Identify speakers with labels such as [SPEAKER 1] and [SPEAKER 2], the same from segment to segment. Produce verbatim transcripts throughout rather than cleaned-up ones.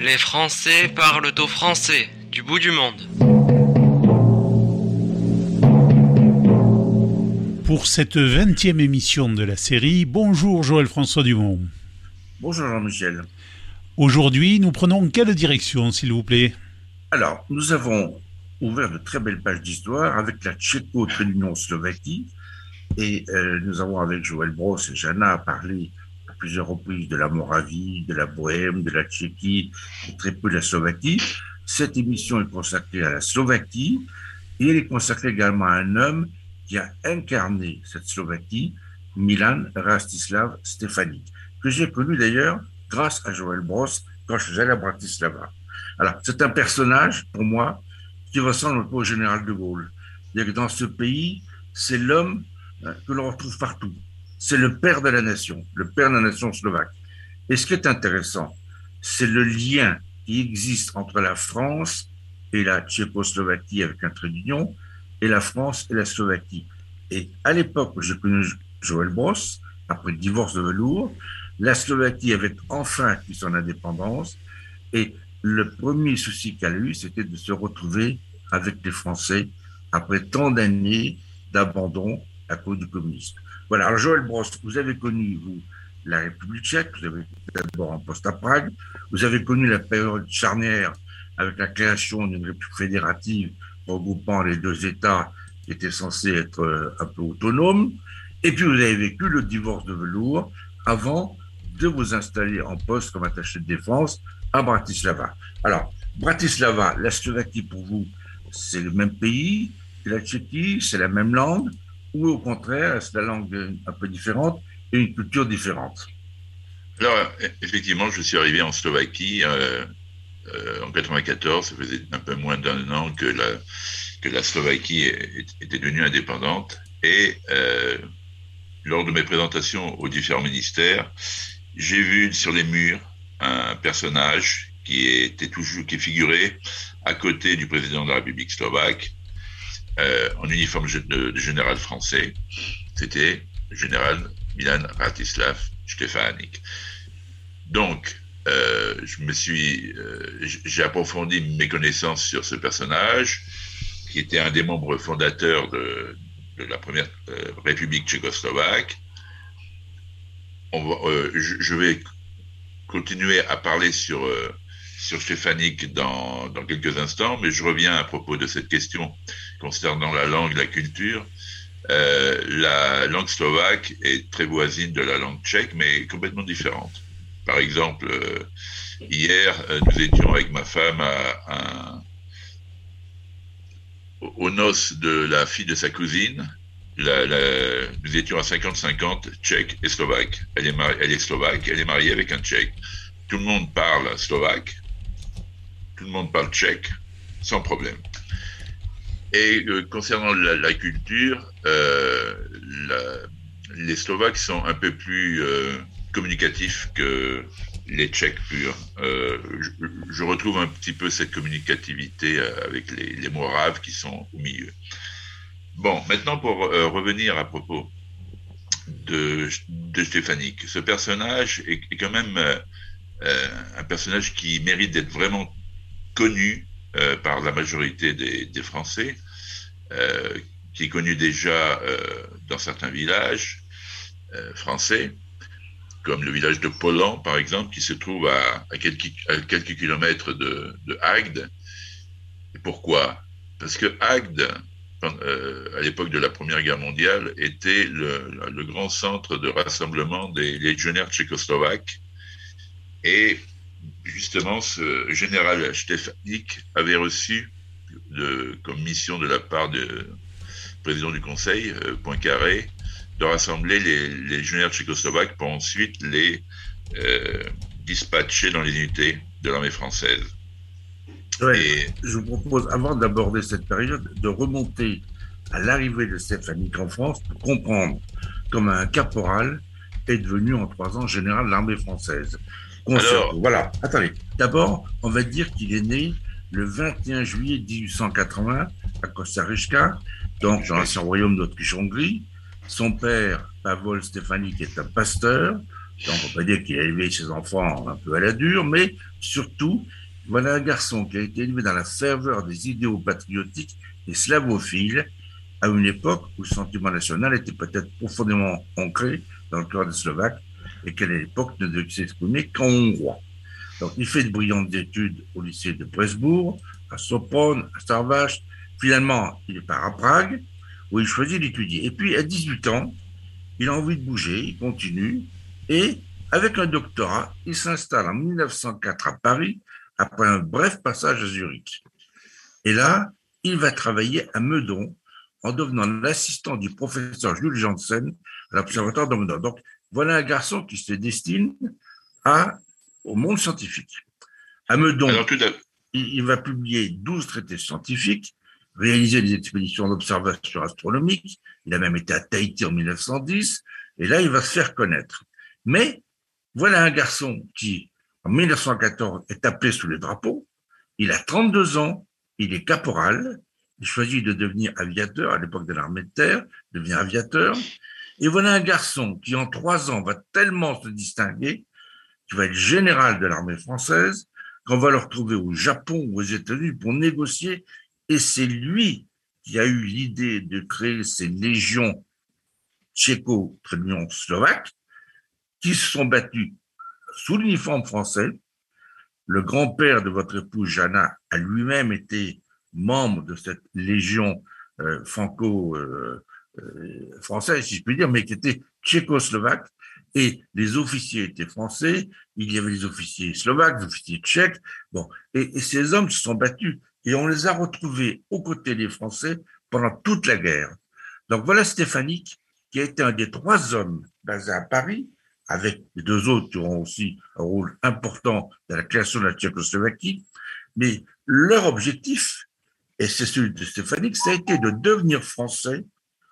[SPEAKER 1] Les Français parlent aux Français, du bout du monde.
[SPEAKER 2] Pour cette vingtième émission de la série, bonjour Joël-François Dumont.
[SPEAKER 3] Bonjour Jean-Michel.
[SPEAKER 2] Aujourd'hui, nous prenons quelle direction, s'il vous plaît ?
[SPEAKER 3] Alors, nous avons ouvert de très belles pages d'histoire avec la Tchécoslovaquie et euh, nous avons avec Joël Bross et Jana parlé à plusieurs reprises de la Moravie, de la Bohème, de la Tchéquie et très peu de la Slovaquie. Cette émission est consacrée à la Slovaquie et elle est consacrée également à un homme qui a incarné cette Slovaquie, Milan Rastislav Štefánik, que j'ai connu d'ailleurs grâce à Joël Bross quand je suis allé à Bratislava. Alors, c'est un personnage, pour moi, qui ressemble un peu au général de Gaulle. C'est-à-dire que dans ce pays, c'est l'homme hein, que l'on retrouve partout. C'est le père de la nation, le père de la nation slovaque. Et ce qui est intéressant, c'est le lien qui existe entre la France et la Tchécoslovaquie avec un trait d'union, et la France et la Slovaquie. Et à l'époque où j'ai connu Joël Bross, après le divorce de velours, la Slovaquie avait enfin acquis son indépendance, et le premier souci qu'elle a eu, c'était de se retrouver avec les Français après tant d'années d'abandon à cause du communisme. Voilà, alors Joël Bross, vous avez connu, vous, la République tchèque, vous avez été d'abord en poste à Prague, vous avez connu la période charnière avec la création d'une république fédérative regroupant les deux États qui étaient censés être un peu autonomes, et puis vous avez vécu le divorce de velours avant de vous installer en poste comme attaché de défense à Bratislava. Alors, Bratislava, la Slovaquie pour vous, c'est le même pays que la Tchéquie, c'est la même langue, ou au contraire, c'est la langue un peu différente et une culture différente?
[SPEAKER 4] Alors, effectivement, je suis arrivé en Slovaquie euh, euh, en quatre-vingt-quatorze, ça faisait un peu moins d'un an que la, que la Slovaquie était devenue indépendante, et euh, lors de mes présentations aux différents ministères, j'ai vu sur les murs un personnage qui était toujours, qui figurait à côté du président de la République slovaque, euh, en uniforme de, de général français. C'était le général Milan Rastislav Štefánik. Donc, euh, je me suis, euh, j'ai approfondi mes connaissances sur ce personnage, qui était un des membres fondateurs de, de la première euh, République tchécoslovaque. On va, euh, je, je vais continuer à parler sur, euh, sur Štefánik dans, dans quelques instants, mais je reviens à propos de cette question concernant la langue, la culture. Euh, la langue slovaque est très voisine de la langue tchèque, mais complètement différente. Par exemple, euh, hier, euh, nous étions avec ma femme à, à, aux noces de la fille de sa cousine. La, la, nous étions à cinquante cinquante tchèque et slovaque. Elle est, mari, elle est slovaque, elle est mariée avec un tchèque. Tout le monde parle slovaque, tout le monde parle tchèque, sans problème. Et euh, concernant la, la culture, euh, la, les Slovaques sont un peu plus euh, communicatifs que les Tchèques purs. Euh, je, je retrouve un petit peu cette communicativité avec les, les Moraves qui sont au milieu. Bon, maintenant pour euh, revenir à propos de, de Štefánik. Ce personnage est, est quand même euh, un personnage qui mérite d'être vraiment connu euh, par la majorité des, des Français, euh, qui est connu déjà euh, dans certains villages euh, français, comme le village de Pollan, par exemple, qui se trouve à, à, quelques, à quelques kilomètres de, de Agde. Et pourquoi ? Parce que Agde, Euh, à l'époque de la Première Guerre mondiale, était le, le grand centre de rassemblement des légionnaires tchécoslovaques. Et justement, ce général Štefánik avait reçu de, comme mission de la part du président du Conseil, euh, Poincaré, de rassembler les, les légionnaires tchécoslovaques pour ensuite les euh, dispatcher dans les unités de l'armée française.
[SPEAKER 3] Ouais, et... Je vous propose, avant d'aborder cette période, de remonter à l'arrivée de Štefánik en France pour comprendre comment un caporal est devenu en trois ans général de l'armée française. Alors... Voilà, attendez. D'abord, on va dire qu'il est né le vingt et un juillet dix-huit cent quatre-vingts à Costa Rica, donc dans l'ancien royaume d'Autriche-Hongrie. Son père, Pavol Štefánik, est un pasteur. Donc, on peut dire qu'il a élevé ses enfants un peu à la dure, mais surtout, voilà un garçon qui a été élevé dans la ferveur des idéaux patriotiques et slavophiles, à une époque où le sentiment national était peut-être profondément ancré dans le cœur des Slovaques et qu'à l'époque ne devait s'exprimer qu'en hongrois. Donc, il fait de brillantes études au lycée de Presbourg, à Sopron, à Starvach. Finalement, il part à Prague, où il choisit d'étudier. Et puis, à dix-huit ans, il a envie de bouger, il continue, et avec un doctorat, il s'installe en mille neuf cent quatre à Paris, après un bref passage à Zurich. Et là, il va travailler à Meudon, en devenant l'assistant du professeur Jules Janssen à l'Observatoire de Meudon. Donc, voilà un garçon qui se destine à, au monde scientifique. À Meudon, Alors, tout à... il, il va publier douze traités scientifiques, réaliser des expéditions d'observation astronomique. Il a même été à Tahiti en mille neuf cent dix, et là, il va se faire connaître. Mais voilà un garçon qui, en mille neuf cent quatorze, est appelé sous les drapeaux. Il a trente-deux ans, il est caporal, il choisit de devenir aviateur à l'époque de l'armée de terre, devient aviateur. Et voilà un garçon qui, en trois ans, va tellement se distinguer qu'il va être général de l'armée française, qu'on va le retrouver au Japon ou aux États-Unis pour négocier. Et c'est lui qui a eu l'idée de créer ces légions tchéco-slovaques qui se sont battues sous l'uniforme français. Le grand-père de votre épouse Jana a lui-même été membre de cette légion euh, franco-française, euh, si je puis dire, mais qui était tchécoslovaque. Et les officiers étaient français, il y avait les officiers slovaques, les officiers tchèques. Bon, et, et ces hommes se sont battus et on les a retrouvés aux côtés des Français pendant toute la guerre. Donc voilà Stéphanik, qui a été un des trois hommes basés à Paris, avec les deux autres qui auront aussi un rôle important dans la création de la Tchécoslovaquie. Mais leur objectif, et c'est celui de Stéphanik, ça a été de devenir français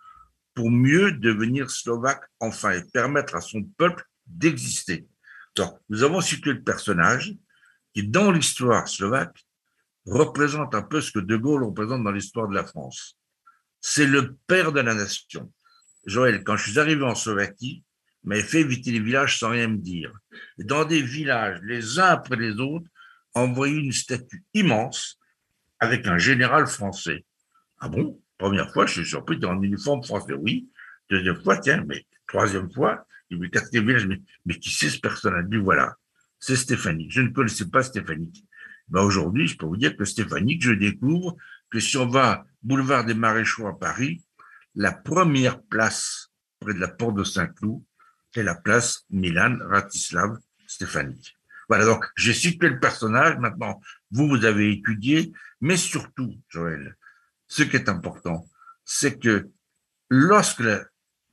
[SPEAKER 3] pour mieux devenir slovaque enfin et permettre à son peuple d'exister. Donc, nous avons situé le personnage qui, dans l'histoire slovaque, représente un peu ce que De Gaulle représente dans l'histoire de la France. C'est le père de la nation. Joël, quand je suis arrivé en Slovaquie, m'avait fait éviter les villages sans rien me dire. Et dans des villages, les uns après les autres, envoyé une statue immense avec un général français. Ah bon? Première fois, je suis surpris d'être en uniforme français. Oui. Deuxième fois, tiens, mais troisième fois, et puis quatrième village, mais, mais qui c'est ce personnage? Lui, voilà, c'est Stéphanik. Je ne connaissais pas Stéphanik. Ben aujourd'hui, je peux vous dire que Stéphanik, je découvre que si on va boulevard des Maréchaux à Paris, la première place près de la porte de Saint-Cloud est la place Milan Ratislav Stéphanik. Voilà, donc j'ai cité le personnage, maintenant vous, vous avez étudié, mais surtout, Joël, ce qui est important, c'est que lorsque la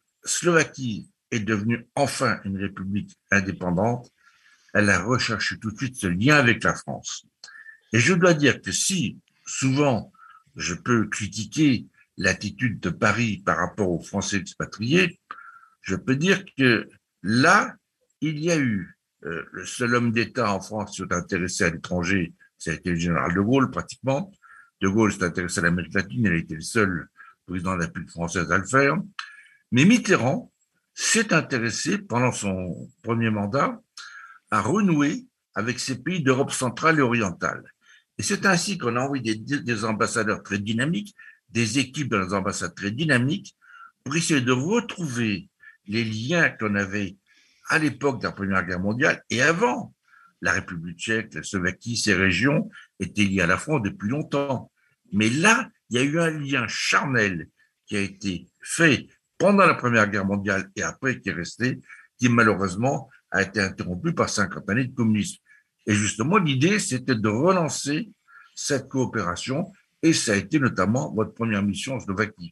[SPEAKER 3] Slovaquie est devenue enfin une république indépendante, elle a recherché tout de suite ce lien avec la France. Et je dois dire que si, souvent, je peux critiquer l'attitude de Paris par rapport aux Français expatriés, je peux dire que là, il y a eu euh, le seul homme d'État en France qui s'est intéressé à l'étranger, ça a été le général de Gaulle pratiquement. De Gaulle s'est intéressé à l'Amérique latine, il a été le seul président de la République française à le faire. Mais Mitterrand s'est intéressé, pendant son premier mandat, à renouer avec ces pays d'Europe centrale et orientale. Et c'est ainsi qu'on a envoyé des, des ambassadeurs très dynamiques, des équipes dans les ambassades très dynamiques, pour essayer de retrouver les liens qu'on avait à l'époque de la Première Guerre mondiale et avant. La République tchèque, la Slovaquie, ces régions étaient liées à la France depuis longtemps. Mais là, il y a eu un lien charnel qui a été fait pendant la Première Guerre mondiale et après qui est resté, qui malheureusement a été interrompu par cinquante années de communisme. Et justement, l'idée, c'était de relancer cette coopération et ça a été notamment votre première mission en Slovaquie.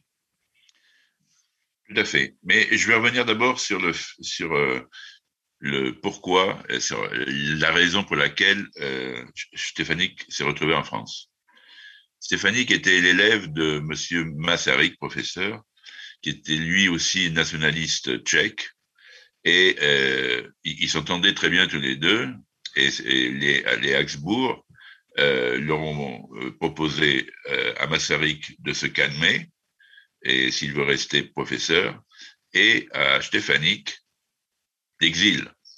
[SPEAKER 4] Tout à fait. Mais je vais revenir d'abord sur le, sur, euh, le pourquoi, sur la raison pour laquelle euh, Stéphanik s'est retrouvé en France. Stéphanik était l'élève de monsieur Masaryk, professeur, qui était lui aussi nationaliste tchèque, et euh, ils s'entendaient très bien tous les deux, et, et les, les Habsbourg euh, leur ont proposé euh, à Masaryk de se calmer, et s'il veut rester professeur, et à Stéphanik l'exil.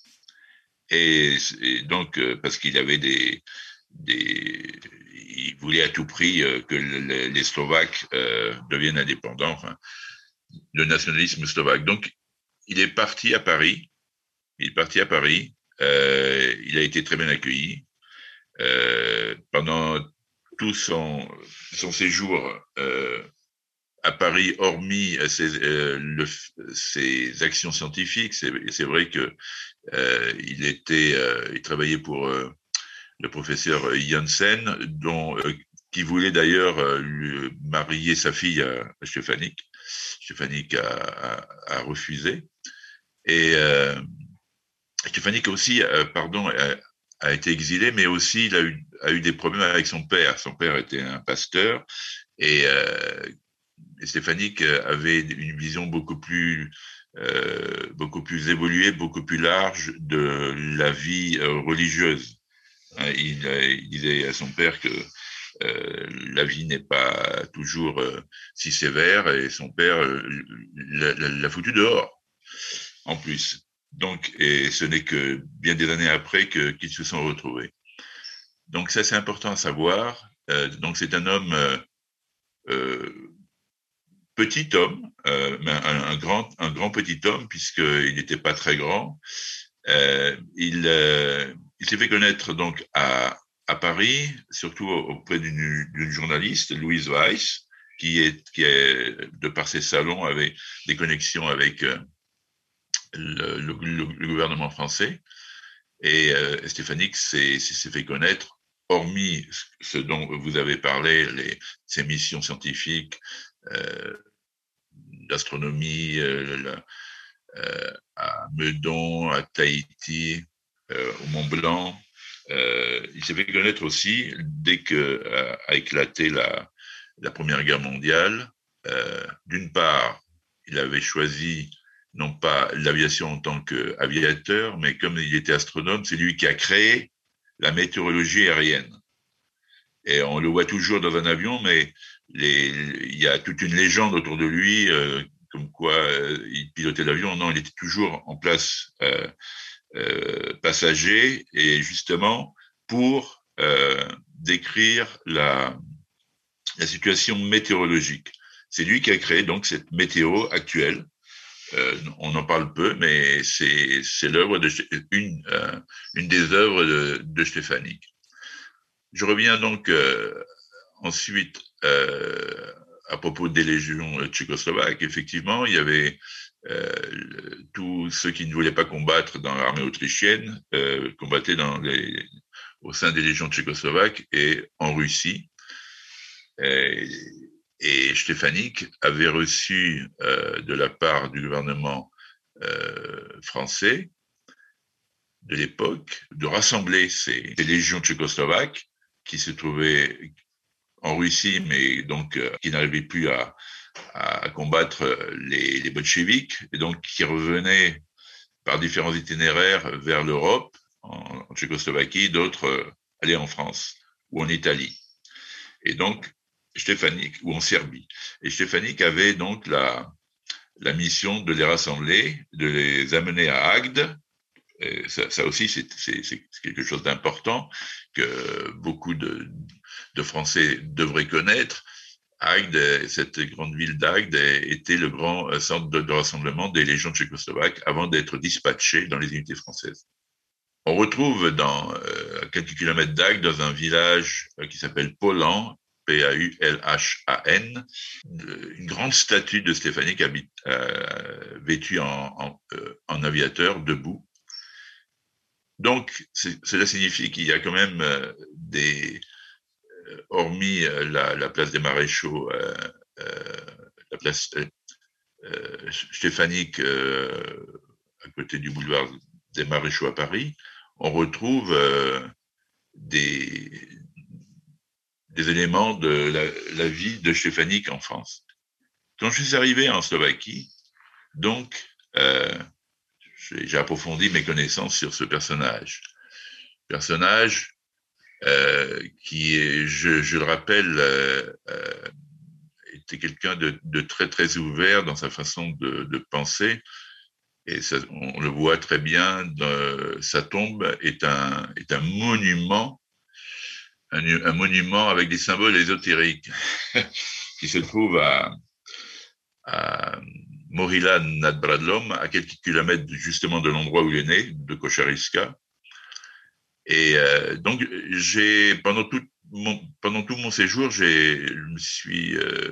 [SPEAKER 4] Et, et donc, euh, parce qu'il avait des, des, il voulait à tout prix euh, que le, les Slovaques euh, deviennent indépendants, enfin, le nationalisme slovaque. Donc, il est parti à Paris. Il est parti à Paris. Euh, il a été très bien accueilli. Euh, pendant tout son, son séjour euh, à Paris, hormis ses, euh, le, ses actions scientifiques, c'est, c'est vrai que euh, il était, euh, il travaillait pour euh, le professeur Janssen, dont euh, qui voulait d'ailleurs euh, lui marier sa fille à, à Stefanik. Stefanik a, a, a refusé. Et euh, Stefanik aussi, euh, pardon, a, a été exilé, mais aussi il a eu, a eu des problèmes avec son père. Son père était un pasteur et, euh, et Stefanik avait une vision beaucoup plus euh, beaucoup plus évoluée, beaucoup plus large de la vie euh, religieuse. Il, il disait à son père que euh, la vie n'est pas toujours euh, si sévère et son père euh, l'a, l'a foutu dehors en plus. Donc, et ce n'est que bien des années après que, qu'ils se sont retrouvés. Donc ça, c'est important à savoir. Euh, donc c'est un homme, euh, euh, petit homme, euh, mais un, un, grand, un grand petit homme, puisqu'il n'était pas très grand. Euh, il, euh, il s'est fait connaître donc à, à Paris, surtout auprès d'une, d'une journaliste, Louise Weiss, qui est, qui est, de par ses salons, avait des connexions avec euh, le, le, le gouvernement français. Et euh, Stefanik s'est, s'est fait connaître, hormis ce dont vous avez parlé, les, ses missions scientifiques, euh, d'astronomie, euh, la, euh, à Meudon, à Tahiti, euh, au Mont Blanc. Euh, il s'est fait connaître aussi dès que euh, a éclaté la, la Première Guerre mondiale. Euh, d'une part, il avait choisi non pas l'aviation en tant qu'aviateur, mais comme il était astronome, c'est lui qui a créé la météorologie aérienne. Et on le voit toujours dans un avion, mais les, il y a toute une légende autour de lui, euh, comme quoi euh, il pilotait l'avion. Non, il était toujours en place euh, euh, passager, et justement pour euh, décrire la, la situation météorologique. C'est lui qui a créé donc cette météo actuelle. Euh, on en parle peu, mais c'est, c'est l'œuvre de une, euh, une des œuvres de, de Stefanik. Je reviens donc euh, ensuite euh, à propos des légions tchécoslovaques. Effectivement, il y avait euh, tous ceux qui ne voulaient pas combattre dans l'armée autrichienne euh, combattaient dans les, au sein des légions tchécoslovaques et en Russie. Et, et Stefanik avait reçu euh, de la part du gouvernement euh, français de l'époque de rassembler ces, ces légions tchécoslovaques qui se trouvaient en Russie, mais donc euh, qui n'arrivaient plus à, à combattre les, les bolcheviks, et donc qui revenaient par différents itinéraires vers l'Europe, en, en Tchécoslovaquie, d'autres euh, allaient en France ou en Italie. Et donc, Stefanik, ou en Serbie. Et Stefanik avait donc la, la mission de les rassembler, de les amener à Agde. Et ça, ça aussi, c'est, c'est, c'est quelque chose d'important que beaucoup de, de Français devraient connaître. Agde, cette grande ville d'Agde, était le grand centre de, de rassemblement des légions tchécoslovaques avant d'être dispatchés dans les unités françaises. On retrouve dans euh, quelques kilomètres d'Agde, dans un village euh, qui s'appelle Paulan, P A U L H A N, une grande statue de Stefanik euh, vêtue en, en, euh, en aviateur, debout. Donc, cela signifie qu'il y a quand même euh, des, euh, hormis euh, la, la place des Maréchaux, euh, euh, la place euh, Stefanik euh, à côté du boulevard des Maréchaux à Paris, on retrouve euh, des, des éléments de la, la vie de Stefanik en France. Quand je suis arrivé en Slovaquie, donc, euh, j'ai, j'ai approfondi mes connaissances sur ce personnage. Personnage euh, qui, est, je, je le rappelle, euh, euh, était quelqu'un de, de très, très ouvert dans sa façon de, de penser Et ça, on le voit très bien, de, sa tombe est un, est un monument, un, un monument avec des symboles ésotériques qui se trouve à, à Mohila nad Bradlom, à quelques kilomètres justement de l'endroit où il est né, de Kochariska. Et euh, donc, j'ai pendant tout mon, pendant tout mon séjour, j'ai, je me suis, euh,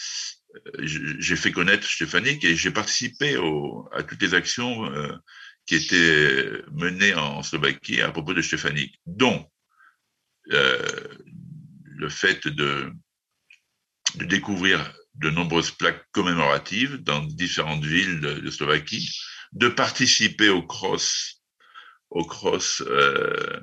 [SPEAKER 4] j'ai fait connaître Stefanik et j'ai participé au, à toutes les actions euh, qui étaient menées en Slovaquie à propos de Stefanik, dont euh, le fait de, de découvrir de nombreuses plaques commémoratives dans différentes villes de, de Slovaquie, de participer au cross, au cross euh,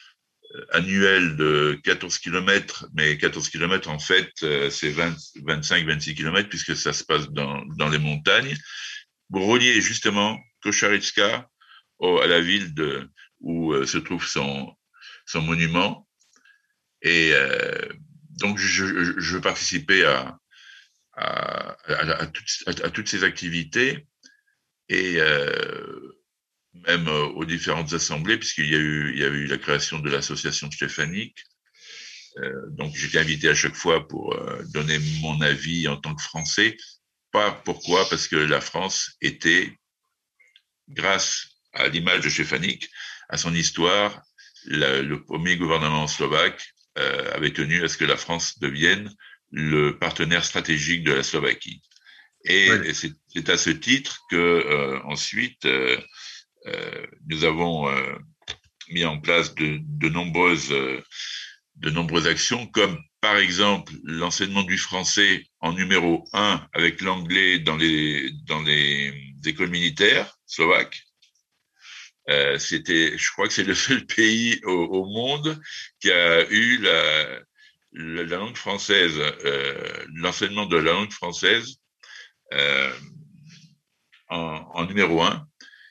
[SPEAKER 4] annuel de quatorze kilomètres, mais quatorze kilomètres, en fait, c'est vingt, vingt-cinq, vingt-six kilomètres, puisque ça se passe dans, dans les montagnes, pour relier justement Kochariska à la ville de, où euh, se trouve son, son monument. Et euh, donc, je, je, je participais à, à, à, à, toutes, à, à toutes ces activités et euh, même aux différentes assemblées, puisqu'il y a eu, il y a eu la création de l'association Stefanik. Euh, donc, j'étais invité à chaque fois pour euh, donner mon avis en tant que Français. Pas pourquoi, parce que la France était, grâce à l'image de Stefanik, à son histoire, la, le premier gouvernement slovaque euh, avait tenu à ce que la France devienne le partenaire stratégique de la Slovaquie. Et, oui. et c'est, c'est à ce titre que euh, ensuite euh, euh, nous avons euh, mis en place de, de nombreuses euh, de nombreuses actions, comme par exemple l'enseignement du français en numéro un avec l'anglais dans les dans les écoles militaires slovaques. Euh, c'était, je crois que c'est le seul pays au, au monde qui a eu la, la, la langue française, euh, l'enseignement de la langue française euh, en, en numéro un.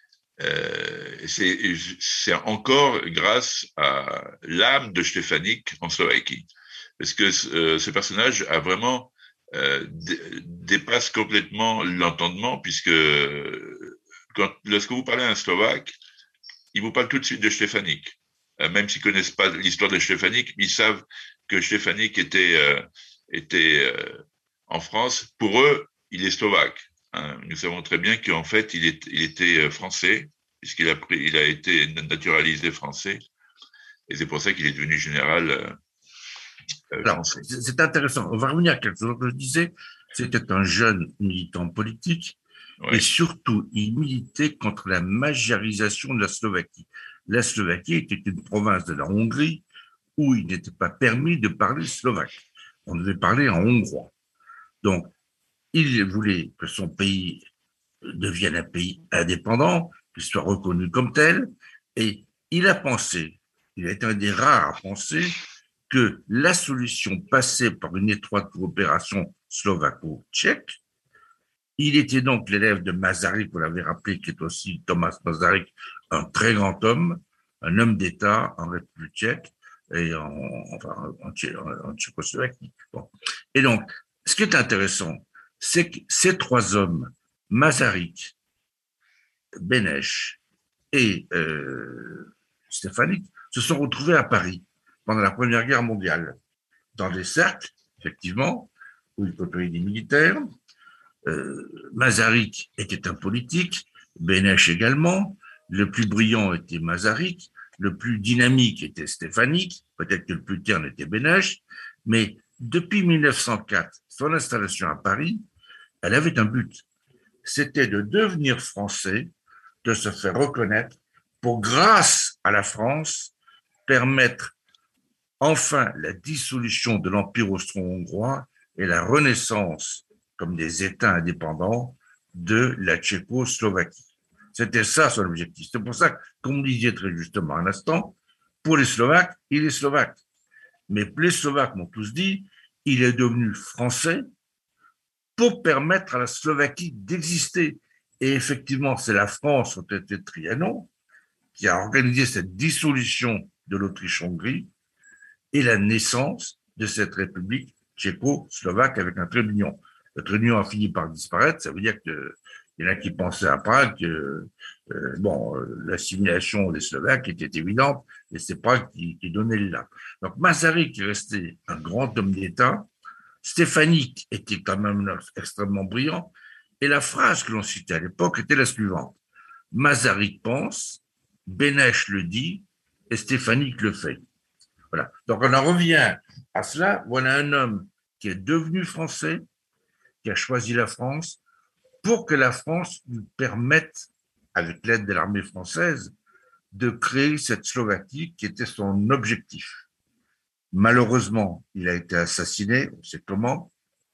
[SPEAKER 4] Euh, c'est, c'est encore grâce à l'âme de Stefanik en Slovaquie, parce que euh, ce personnage a vraiment euh, dé- dépasse complètement l'entendement, puisque quand, lorsque vous parlez à un Slovaque, il vous parle tout de suite de Stefanik, euh, même s'ils connaissent pas l'histoire de Stefanik, ils savent que Stefanik était euh, était euh, en France. Pour eux, il est slovaque. Hein. Nous savons très bien qu'en fait, il, est, il était français, puisqu'il a, pris, il a été naturalisé français, et c'est pour ça qu'il est devenu général euh,
[SPEAKER 3] Alors, français. C'est, c'est intéressant. On va revenir à quelque chose que je disais. C'était un jeune militant politique, ouais. Et surtout, il militait contre la magyarisation de la Slovaquie. La Slovaquie était une province de la Hongrie où il n'était pas permis de parler slovaque. On devait parler en hongrois. Donc, il voulait que son pays devienne un pays indépendant, qu'il soit reconnu comme tel, et il a pensé, il a été un des rares à penser que la solution passait par une étroite coopération slovaco-tchèque. Il était donc l'élève de Masaryk, vous l'avez rappelé, qui est aussi Thomas Masaryk, un très grand homme, un homme d'État en République tchèque et en, enfin, en, en, en Tchécoslovaquie. Bon. Et donc, ce qui est intéressant, c'est que ces trois hommes, Masaryk, Beneš et euh, Stefanik, se sont retrouvés à Paris pendant la Première Guerre mondiale, dans des cercles, effectivement, où ils côtoyaient des militaires. Euh, Masaryk était un politique, Beneš également. Le plus brillant était Masaryk, le plus dynamique était Stefanik, peut-être que le plus terne était Beneš, mais depuis mille neuf cent quatre, son installation à Paris, elle avait un but, c'était de devenir français, de se faire reconnaître pour, grâce à la France, permettre enfin la dissolution de l'Empire austro-hongrois et la renaissance comme des États indépendants de la Tchécoslovaquie. C'était ça son objectif. C'est pour ça que, comme vous disiez très justement un instant, pour les Slovaques, il est Slovaque. Mais les Slovaques m'ont tous dit, il est devenu français pour permettre à la Slovaquie d'exister. Et effectivement, c'est la France, au traité de Trianon, qui a organisé cette dissolution de l'Autriche-Hongrie et la naissance de cette république tchécoslovaque avec un trait d'union. Le trait d'union a fini par disparaître, ça veut dire que Il y en a qui pensaient à Prague que euh, bon, euh, l'assimilation des Slovaques était évidente, et c'est Prague qui, qui donnait le là. Donc Masaryk est resté un grand homme d'État. Stefanik était quand même extrêmement brillant. Et la phrase que l'on citait à l'époque était la suivante. Masaryk pense, Beneš le dit, et Stefanik le fait. Voilà. Donc on en revient à cela. Voilà un homme qui est devenu français, qui a choisi la France, pour que la France lui permette, avec l'aide de l'armée française, de créer cette Slovaquie qui était son objectif. Malheureusement, il a été assassiné, on sait comment.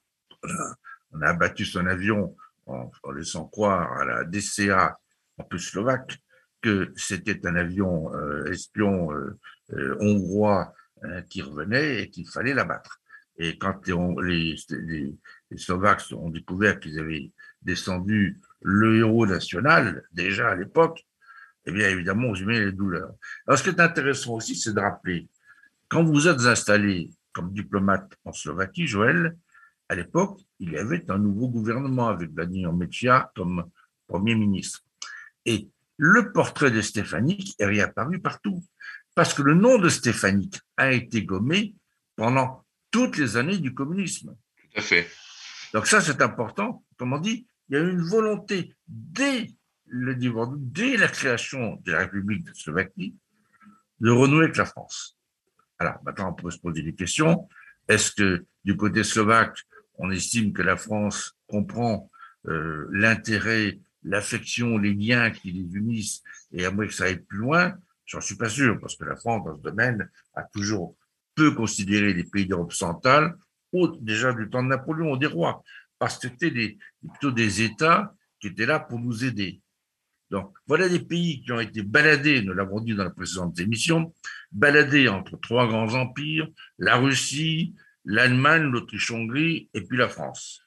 [SPEAKER 3] On a abattu son avion en, en laissant croire à la D C A, en plus slovaque, que c'était un avion euh, espion euh, euh, hongrois euh, qui revenait et qu'il fallait l'abattre. Et quand les, les, les Slovaques ont découvert qu'ils avaient descendu le héros national, déjà à l'époque, eh bien, évidemment, on se met les douleurs. Alors, ce qui est intéressant aussi, c'est de rappeler, quand vous êtes installé comme diplomate en Slovaquie, Joël, à l'époque, il y avait un nouveau gouvernement avec Vladimir Mečiar comme Premier ministre. Et le portrait de Stefanik est réapparu partout, parce que le nom de Stefanik a été gommé pendant toutes les années du communisme.
[SPEAKER 4] Tout à fait.
[SPEAKER 3] Donc ça, c'est important. Comme on dit, il y a eu une volonté dès le divorce, dès la création de la République de Slovaquie, de renouer avec la France. Alors, maintenant, on peut se poser des questions. Est-ce que du côté slovaque, on estime que la France comprend euh, l'intérêt, l'affection, les liens qui les unissent et aimerait que ça aille plus loin? J'en suis pas sûr, parce que la France, dans ce domaine, a toujours peu considéré les pays d'Europe centrale, ou déjà du temps de Napoléon, ou des rois, parce que c'était des, plutôt des États qui étaient là pour nous aider. Donc, voilà des pays qui ont été baladés, nous l'avons dit dans la précédente émission, baladés entre trois grands empires, la Russie, l'Allemagne, l'Autriche-Hongrie et puis la France.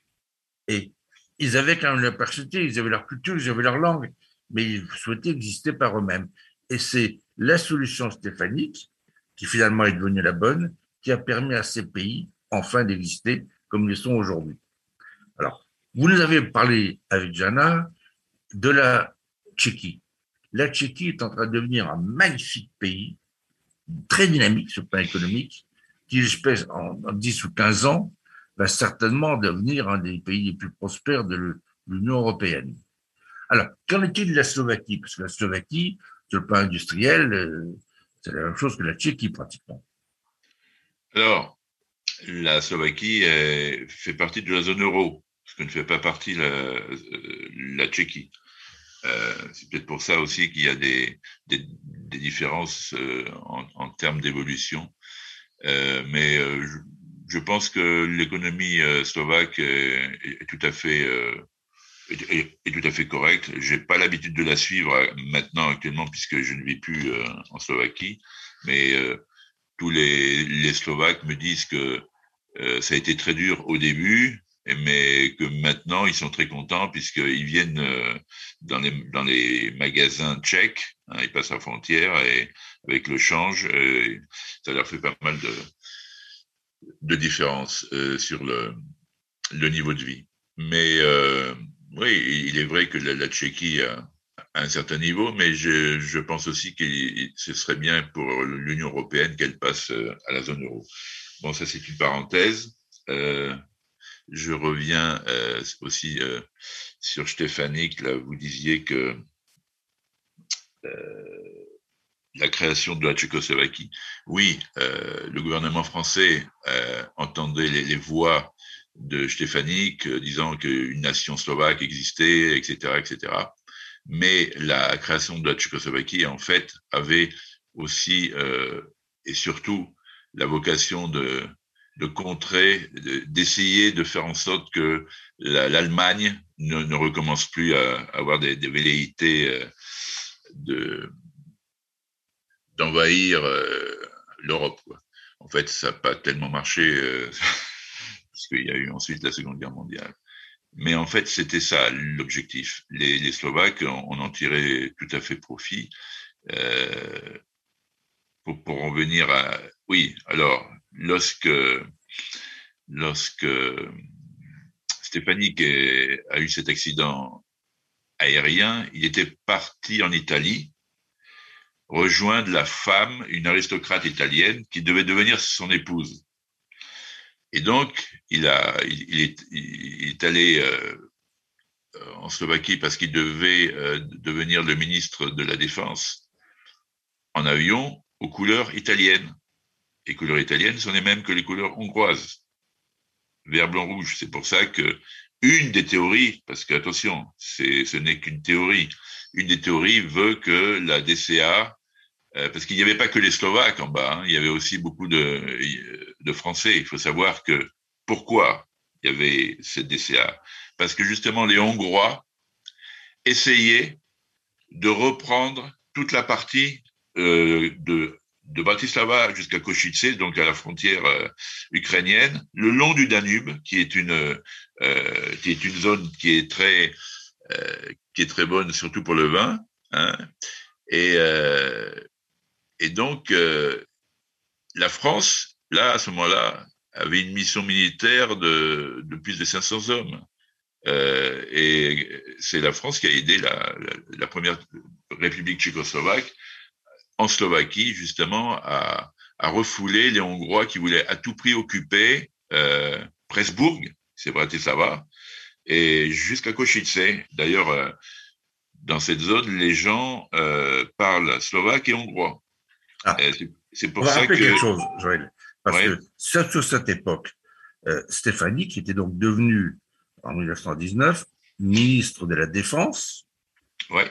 [SPEAKER 3] Et ils avaient quand même leur personnalité, ils avaient leur culture, ils avaient leur langue, mais ils souhaitaient exister par eux-mêmes. Et c'est la solution stéphanique, qui finalement est devenue la bonne, qui a permis à ces pays enfin d'exister comme ils sont aujourd'hui. Alors, vous nous avez parlé avec Jana de la Tchéquie. La Tchéquie est en train de devenir un magnifique pays, très dynamique sur le plan économique, qui, j'espère, en dix ou quinze ans, va certainement devenir un des pays les plus prospères de l'Union européenne. Alors, qu'en est-il de la Slovaquie? Parce que la Slovaquie, sur le plan industriel, c'est la même chose que la Tchéquie, pratiquement.
[SPEAKER 4] Alors, la Slovaquie est, fait partie de la zone euro, ce que ne fait pas partie la, la Tchéquie. Euh, c'est peut-être pour ça aussi qu'il y a des, des, des différences euh, en, en termes d'évolution. Euh, mais euh, je, je pense que l'économie euh, slovaque est, est tout à fait euh, est, est, est tout à fait correcte. J'ai pas l'habitude de la suivre maintenant actuellement puisque je ne vis plus euh, en Slovaquie, mais euh, tous les, les Slovaques me disent que euh, ça a été très dur au début, mais que maintenant ils sont très contents puisqu'ils viennent euh, dans les dans les magasins tchèques, hein, ils passent la frontière et avec le change, euh, ça leur fait pas mal de de différence euh, sur le le niveau de vie. Mais euh, oui, il est vrai que la, la Tchéquie a, a un certain niveau, mais je je pense aussi que ce serait bien pour l'Union européenne qu'elle passe à la zone euro. Bon, ça c'est une parenthèse. Euh, Je reviens euh, aussi euh, sur Stefanik. Là, vous disiez que euh, la création de la Tchécoslovaquie, oui, euh, le gouvernement français euh, entendait les, les voix de Stefanik euh, disant qu'une nation slovaque existait, et cetera, et cetera. Mais la création de la Tchécoslovaquie, en fait, avait aussi euh, et surtout la vocation de de contrer, d'essayer de faire en sorte que la, l'Allemagne ne, ne recommence plus à, à avoir des, des velléités euh, de, d'envahir euh, l'Europe, quoi. En fait, ça n'a pas tellement marché, euh, puisqu'il y a eu ensuite la Seconde Guerre mondiale. Mais en fait, c'était ça l'objectif. Les, les Slovaques, on, on en tirait tout à fait profit. Euh, pour, pour en venir à... Oui, alors... Lorsque, lorsque Stefanik a eu cet accident aérien, il était parti en Italie rejoindre la femme, une aristocrate italienne, qui devait devenir son épouse. Et donc, il, a, il, il, est, il est allé euh, en Slovaquie parce qu'il devait euh, devenir le ministre de la Défense en avion aux couleurs italiennes. Les couleurs italiennes sont les mêmes que les couleurs hongroises. Vert, blanc, rouge. C'est pour ça que une des théories, parce que attention, c'est, ce n'est qu'une théorie, une des théories veut que la D C A, euh, parce qu'il n'y avait pas que les Slovaques en bas, hein, il y avait aussi beaucoup de, de Français. Il faut savoir que pourquoi il y avait cette D C A. Parce que justement, les Hongrois essayaient de reprendre toute la partie euh, de de Bratislava jusqu'à Košice, donc à la frontière euh, ukrainienne, le long du Danube, qui est une euh, qui est une zone qui est très euh, qui est très bonne, surtout pour le vin, hein. Et euh, et donc euh, la France, là à ce moment-là, avait une mission militaire de de plus de cinq cents hommes. Euh, et c'est la France qui a aidé la, la, la première République tchécoslovaque en Slovaquie, justement, à, à refouler les Hongrois qui voulaient à tout prix occuper euh, Pressburg, c'est Bratislava, et jusqu'à Košice. D'ailleurs, euh, dans cette zone, les gens euh, parlent slovaque et hongrois.
[SPEAKER 3] Ah.
[SPEAKER 4] Et c'est, c'est pour
[SPEAKER 3] On va
[SPEAKER 4] ça
[SPEAKER 3] rappeler
[SPEAKER 4] que...
[SPEAKER 3] quelque chose, Joël, parce
[SPEAKER 4] ouais.
[SPEAKER 3] que sur, sur cette époque, euh, Stéphanie, qui était donc devenue, en mille neuf cent dix-neuf, ministre de la Défense,
[SPEAKER 4] ouais.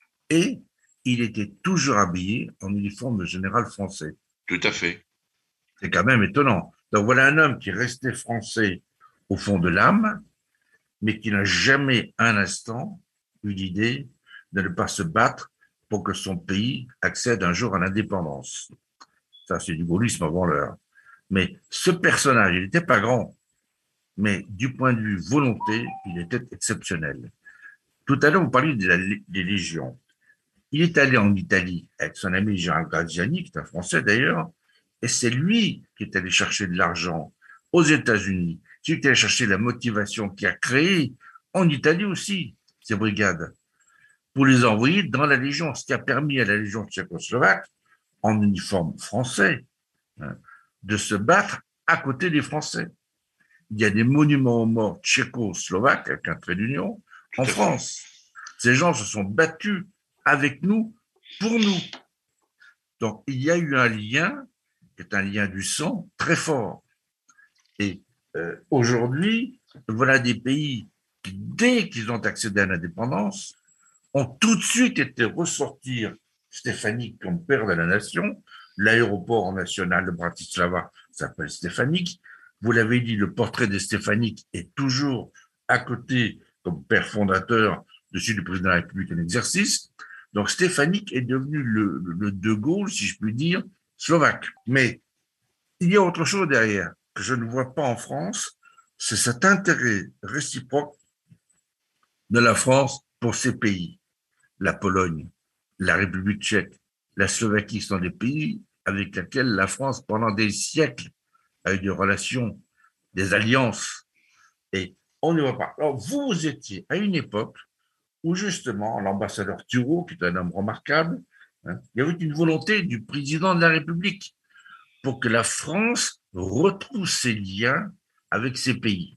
[SPEAKER 3] et il était toujours habillé en uniforme de général français.
[SPEAKER 4] Tout à fait.
[SPEAKER 3] C'est quand même étonnant. Donc voilà un homme qui restait français au fond de l'âme, mais qui n'a jamais un instant eu l'idée de ne pas se battre pour que son pays accède un jour à l'indépendance. Ça, c'est du gaullisme avant l'heure. Mais ce personnage, il n'était pas grand, mais du point de vue volonté, il était exceptionnel. Tout à l'heure, vous parliez de la, des légions. Il est allé en Italie avec son ami Gérald Graziani, qui est un Français d'ailleurs, et c'est lui qui est allé chercher de l'argent aux États-Unis. C'est lui qui est allé chercher la motivation, qui a créé en Italie aussi ces brigades pour les envoyer dans la Légion, ce qui a permis à la Légion tchécoslovaque, en uniforme français, hein, de se battre à côté des Français. Il y a des monuments aux morts tchécoslovaques, avec un trait d'union, en France. Ces gens se sont battus avec nous, pour nous. Donc, il y a eu un lien, qui est un lien du sang, très fort. Et euh, aujourd'hui, voilà des pays qui, dès qu'ils ont accédé à l'indépendance, ont tout de suite été ressortir Stéphanique comme père de la nation. L'aéroport national de Bratislava s'appelle Stéphanique. Vous l'avez dit, le portrait de Stéphanique est toujours à côté, comme père fondateur, de celui du président de la République en exercice. Donc, Stéphanique est devenu le, le De Gaulle, si je puis dire, slovaque. Mais il y a autre chose derrière que je ne vois pas en France, c'est cet intérêt réciproque de la France pour ces pays. La Pologne, la République tchèque, la Slovaquie sont des pays avec lesquels la France, pendant des siècles, a eu des relations, des alliances. Et on ne voit pas. Alors, vous étiez à une époque où justement l'ambassadeur Thureau, qui est un homme remarquable, hein, il y avait une volonté du président de la République pour que la France retrouve ses liens avec ces pays.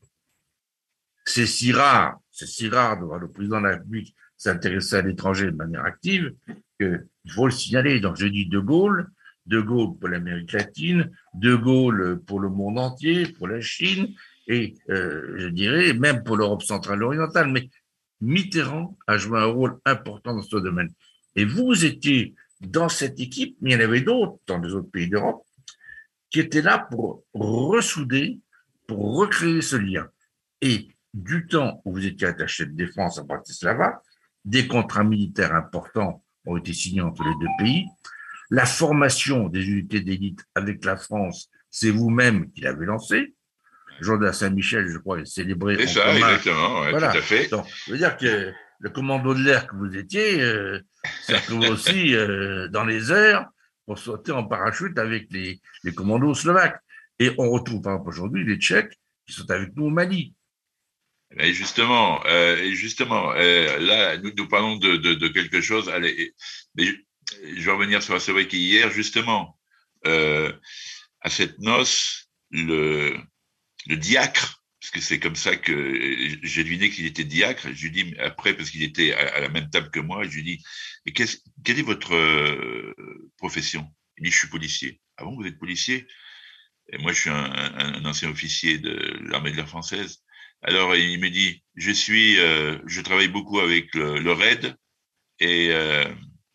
[SPEAKER 3] C'est si rare, c'est si rare de voir le président de la République s'intéresser à l'étranger de manière active qu'il faut le signaler. Donc je dis De Gaulle, De Gaulle pour l'Amérique latine, De Gaulle pour le monde entier, pour la Chine et euh, je dirais même pour l'Europe centrale et orientale. Mais Mitterrand a joué un rôle important dans ce domaine. Et vous étiez dans cette équipe, mais il y en avait d'autres dans les autres pays d'Europe qui étaient là pour ressouder, pour recréer ce lien. Et du temps où vous étiez attaché de défense à Bratislava, des contrats militaires importants ont été signés entre les deux pays. La formation des unités d'élite avec la France, c'est vous-même qui l'avez lancé. Jourdain Saint-Michel, je crois, est célébré.
[SPEAKER 4] C'est ça, commun. Exactement, ouais, voilà. Tout à fait.
[SPEAKER 3] Donc, je veux dire que le commando de l'air que vous étiez, euh, ça trouve aussi euh, dans les airs pour sauter en parachute avec les, les commandos slovaques. Et on retrouve, par exemple, aujourd'hui, les Tchèques qui sont avec nous au Mali.
[SPEAKER 4] Et justement, euh, et justement, euh, là, nous, nous parlons de, de, de quelque chose. Allez, mais je, je vais revenir sur la Slovaquie hier, justement. Euh, à cette noce, le, le diacre, parce que c'est comme ça que j'ai deviné qu'il était diacre. Je lui dis après, parce qu'il était à, à la même table que moi, je lui dis, mais qu'est-ce, quelle est votre euh, profession? Il dit, je suis policier. Ah bon, vous êtes policier? Et moi, je suis un, un, un ancien officier de l'armée de l'air française. Alors, il me dit, je suis, euh, je travaille beaucoup avec le, le R A I D et, euh,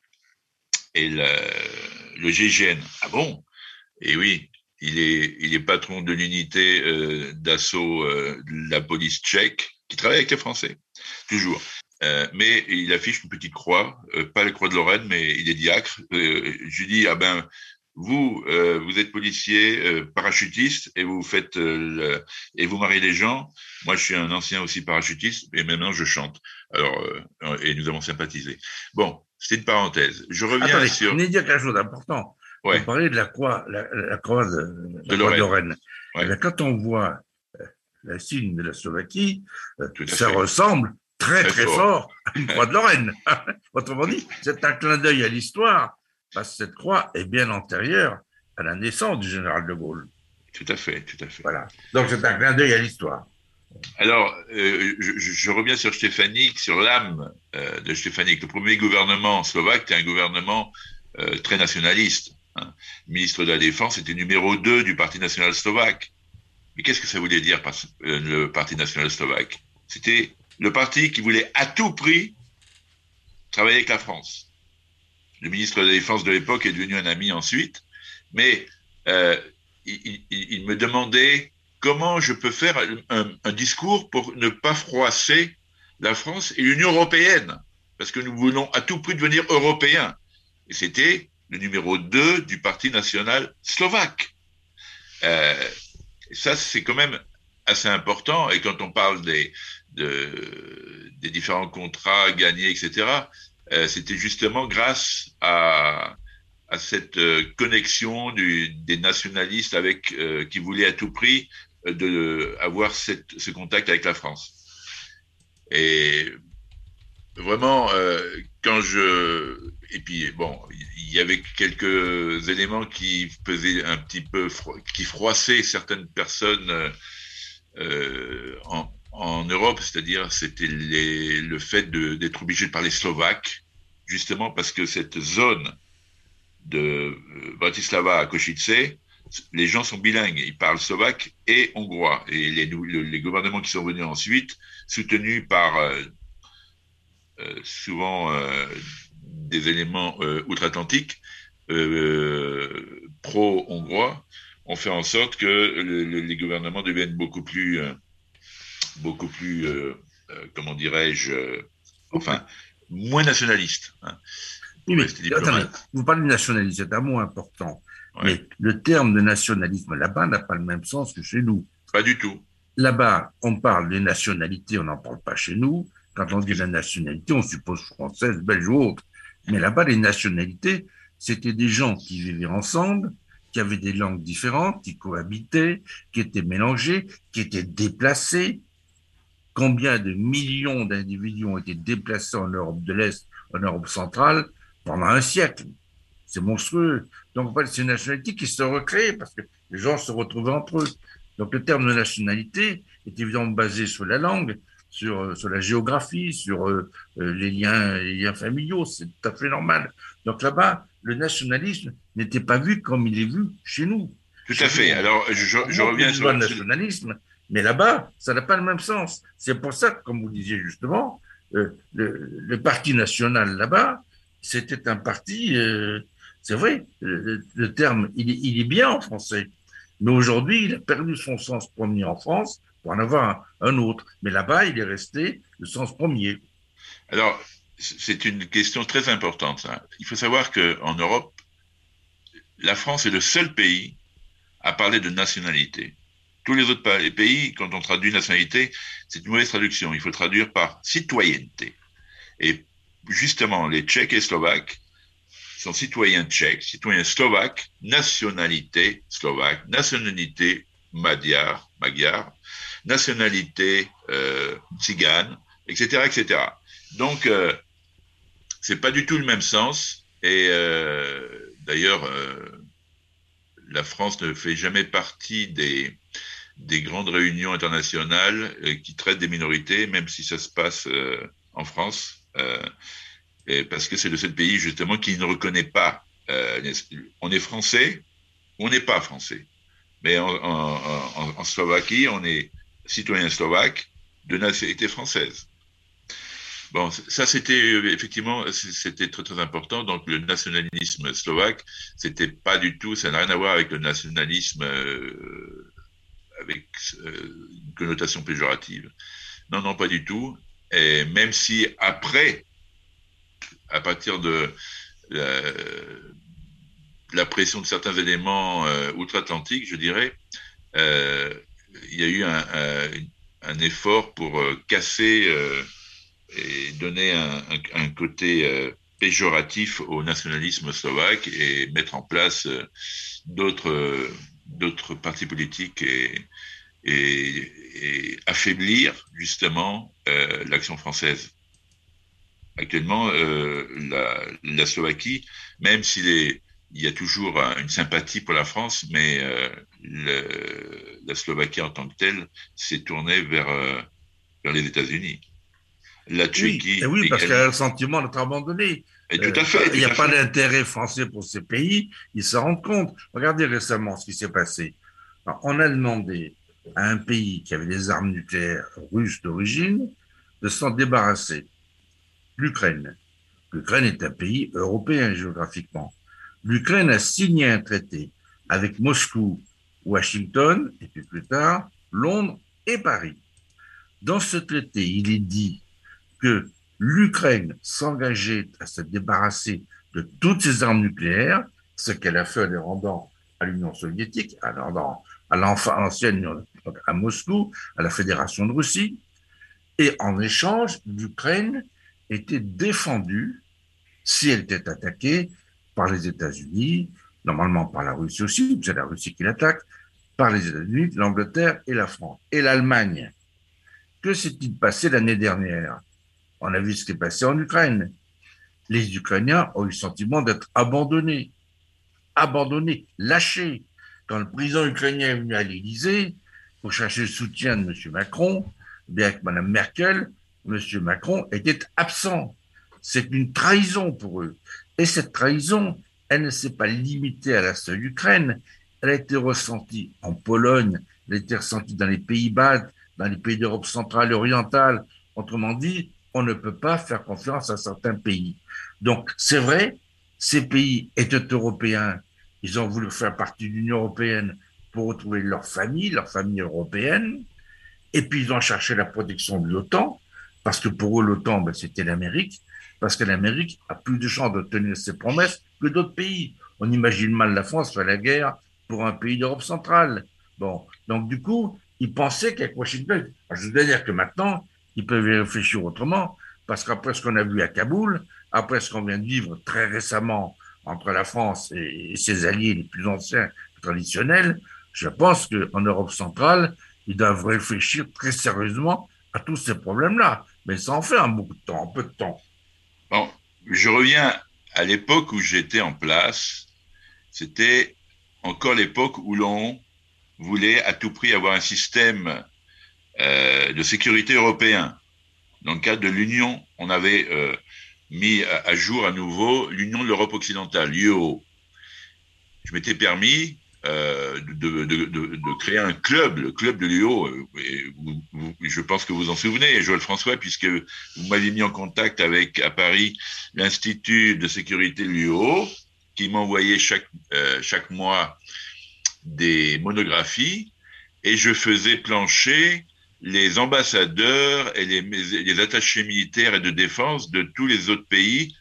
[SPEAKER 4] et le, le G I G N. Ah bon? Et oui, il est, il est patron de l'unité euh, d'assaut euh, de la police tchèque qui travaille avec les Français, toujours. Euh, mais il affiche une petite croix, euh, pas la croix de Lorraine, mais il est diacre. Euh, je lui dis, ah ben, vous, euh, vous êtes policier, euh, parachutiste, et vous faites euh, le, et vous mariez les gens. Moi, je suis un ancien aussi parachutiste, et maintenant je chante. Alors, euh, et nous avons sympathisé. Bon, c'est une parenthèse. Je reviens
[SPEAKER 3] Attendez,
[SPEAKER 4] sur.
[SPEAKER 3] Je voulais dire quelque chose d'important.
[SPEAKER 4] Ouais.
[SPEAKER 3] Vous parlez de la croix, la, la croix de, la
[SPEAKER 4] de
[SPEAKER 3] croix
[SPEAKER 4] Lorraine.
[SPEAKER 3] de Lorraine.
[SPEAKER 4] Ouais.
[SPEAKER 3] Et bien, quand on voit euh, la signe de la Slovaquie, euh, ça
[SPEAKER 4] fait.
[SPEAKER 3] ressemble très très,
[SPEAKER 4] très
[SPEAKER 3] fort. fort à une croix de Lorraine. Autrement dit, c'est un clin d'œil à l'histoire, parce que cette croix est bien antérieure à la naissance du général de Gaulle.
[SPEAKER 4] Tout à fait, tout à fait.
[SPEAKER 3] Voilà. Donc c'est un clin d'œil à l'histoire.
[SPEAKER 4] Alors, euh, je, je reviens sur Štefánik, sur l'âme euh, de Štefánik. Le premier gouvernement slovaque était un gouvernement euh, très nationaliste. Hein. Le ministre de la Défense était numéro deux du Parti national slovaque. Mais qu'est-ce que ça voulait dire par euh, le Parti national slovaque? C'était le parti qui voulait à tout prix travailler avec la France. Le ministre de la Défense de l'époque est devenu un ami ensuite, mais euh, il, il, il me demandait comment je peux faire un, un discours pour ne pas froisser la France et l'Union européenne, parce que nous voulons à tout prix devenir européens. Et c'était le numéro deux du Parti national slovaque. Euh, ça, c'est quand même assez important. Et quand on parle des, de, des différents contrats gagnés, et cetera, euh, c'était justement grâce à, à cette euh, connexion du, des nationalistes avec, euh, qui voulaient à tout prix euh, de, avoir cette, ce contact avec la France. Et vraiment, euh, quand je... Et puis, bon, il y avait quelques éléments qui faisaient un petit peu... qui froissaient certaines personnes euh, en, en Europe, c'est-à-dire c'était les, le fait de, d'être obligé de parler slovaque, justement parce que cette zone de Bratislava à Košice, les gens sont bilingues, ils parlent slovaque et hongrois. Et les, les gouvernements qui sont venus ensuite, soutenus par euh, euh, souvent euh, des éléments euh, outre-Atlantiques, euh, pro-hongrois, ont fait en sorte que le, le, les gouvernements deviennent beaucoup plus, euh, beaucoup plus, euh, euh, comment dirais-je, euh, enfin, moins nationalistes. Hein.
[SPEAKER 3] Oui, mais attendez, vous parlez de nationalisme, c'est un mot important. Ouais. Mais le terme de nationalisme là-bas n'a pas le même sens que chez nous.
[SPEAKER 4] Pas du tout.
[SPEAKER 3] Là-bas, on parle des nationalités, on n'en parle pas chez nous. Quand on dit la nationalité, on suppose française, belge ou autre. Mais là-bas, les nationalités, c'était des gens qui vivaient ensemble, qui avaient des langues différentes, qui cohabitaient, qui étaient mélangés, qui étaient déplacés. Combien de millions d'individus ont été déplacés en Europe de l'Est, en Europe centrale, pendant un siècle? C'est monstrueux. Donc, en fait, c'est une nationalité qui se recrée parce que les gens se retrouvaient entre eux. Donc, le terme de nationalité est évidemment basé sur la langue, sur, sur la géographie, sur euh, les, liens, les liens familiaux. C'est tout à fait normal. Donc, là-bas, le nationalisme n'était pas vu comme il est vu chez nous.
[SPEAKER 4] Tout chez à fait. Nous. Alors, je, je, je reviens sur
[SPEAKER 3] le nationalisme. Mais là-bas, ça n'a pas le même sens. C'est pour ça que, comme vous disiez justement, euh, le, le parti national là-bas, c'était un parti, euh, c'est vrai, le, le terme, il est, il est bien en français. Mais aujourd'hui, il a perdu son sens premier en France pour en avoir un, un autre. Mais là-bas, il est resté le sens premier.
[SPEAKER 4] Alors, c'est une question très importante, ça. Il faut savoir qu'en Europe, la France est le seul pays à parler de nationalité. Tous les autres pays, quand on traduit nationalité, c'est une mauvaise traduction. Il faut traduire par citoyenneté. Et justement, les Tchèques et Slovaques sont citoyens tchèques, citoyens slovaques, nationalité slovaque, nationalité magyare, magyare, nationalité euh, tzigane, et cetera, et cetera. Donc, euh, c'est pas du tout le même sens. Et euh, d'ailleurs, euh, la France ne fait jamais partie des, des grandes réunions internationales euh, qui traitent des minorités, même si ça se passe euh, en France, euh, et parce que c'est le seul pays justement qui ne reconnaît pas. Euh, on est français, on n'est pas français. Mais en, en, en, en Slovaquie, on est citoyen slovaque de nationalité française. Bon, ça c'était effectivement c'était très très important. Donc le nationalisme slovaque, c'était pas du tout, ça n'a rien à voir avec le nationalisme euh, avec euh, une connotation péjorative. Non, non, pas du tout. Et même si après, à partir de la, la pression de certains éléments euh, outre-Atlantique, je dirais, euh, il y a eu un, un, un effort pour euh, casser euh, et donner un, un, un côté euh, péjoratif au nationalisme slovaque et mettre en place euh, d'autres euh, d'autres partis politiques et, et, et affaiblir justement euh, l'action française. Actuellement, euh, la, la Slovaquie, même s'il est, il y a toujours une sympathie pour la France, mais euh, le, la Slovaquie en tant que telle s'est tournée vers, euh, vers les États-Unis. La Tchéquie.
[SPEAKER 3] Oui, et oui, parce qu'elle a le sentiment d'être abandonnée.
[SPEAKER 4] Et tout à fait.
[SPEAKER 3] Il n'y a pas d'intérêt français pour ces pays, ils s'en rendent compte. Regardez récemment ce qui s'est passé. Alors, on a demandé à un pays qui avait des armes nucléaires russes d'origine de s'en débarrasser. L'Ukraine. L'Ukraine est un pays européen géographiquement. L'Ukraine a signé un traité avec Moscou, Washington, et puis plus tard, Londres et Paris. Dans ce traité, il est dit que l'Ukraine s'engageait à se débarrasser de toutes ses armes nucléaires, ce qu'elle a fait en les rendant à l'Union soviétique, à l'ancienne, à Moscou, à la Fédération de Russie. Et en échange, l'Ukraine était défendue, si elle était attaquée, par les États-Unis, normalement par la Russie aussi, c'est la Russie qui l'attaque, par les États-Unis, l'Angleterre et la France, et l'Allemagne. Que s'est-il passé l'année dernière? On a vu ce qui est passé en Ukraine. Les Ukrainiens ont eu le sentiment d'être abandonnés, abandonnés, lâchés. Quand le président ukrainien est venu à l'Élysée pour chercher le soutien de M. Macron, bien avec Mme Merkel, M. Macron était absent. C'est une trahison pour eux. Et cette trahison, elle ne s'est pas limitée à la seule Ukraine. Elle a été ressentie en Pologne, elle a été ressentie dans les pays baltes, dans les pays d'Europe centrale et orientale. Autrement dit, on ne peut pas faire confiance à certains pays. Donc, c'est vrai, ces pays étaient européens. Ils ont voulu faire partie de l'Union européenne pour retrouver leur famille, leur famille européenne. Et puis, ils ont cherché la protection de l'OTAN, parce que pour eux, l'OTAN, ben, c'était l'Amérique, parce que l'Amérique a plus de chances de tenir ses promesses que d'autres pays. On imagine mal la France faire la guerre pour un pays d'Europe centrale. Bon, donc du coup, ils pensaient qu'avec Washington, je dois dire que maintenant, ils peuvent y réfléchir autrement, parce qu'après ce qu'on a vu à Kaboul, après ce qu'on vient de vivre très récemment entre la France et ses alliés les plus anciens, traditionnels, je pense qu'en Europe centrale, ils doivent réfléchir très sérieusement à tous ces problèmes-là. Mais ça en fait un beaucoup de temps, un peu de temps.
[SPEAKER 4] Bon, je reviens à l'époque où j'étais en place. C'était encore l'époque où l'on voulait à tout prix avoir un système euh, de sécurité européen. Dans le cadre de l'Union, on avait euh, mis à, à jour à nouveau l'Union de l'Europe occidentale, l'U E O. Je m'étais permis euh, de, de, de, de créer un club, le club de l'U E O. Et vous, vous, je pense que vous en souvenez, Joël François, puisque vous m'avez mis en contact avec, à Paris, l'Institut de sécurité de l'U E O, qui m'envoyait chaque, euh, chaque mois des monographies, et je faisais plancher les ambassadeurs et les, les attachés militaires et de défense de tous les autres pays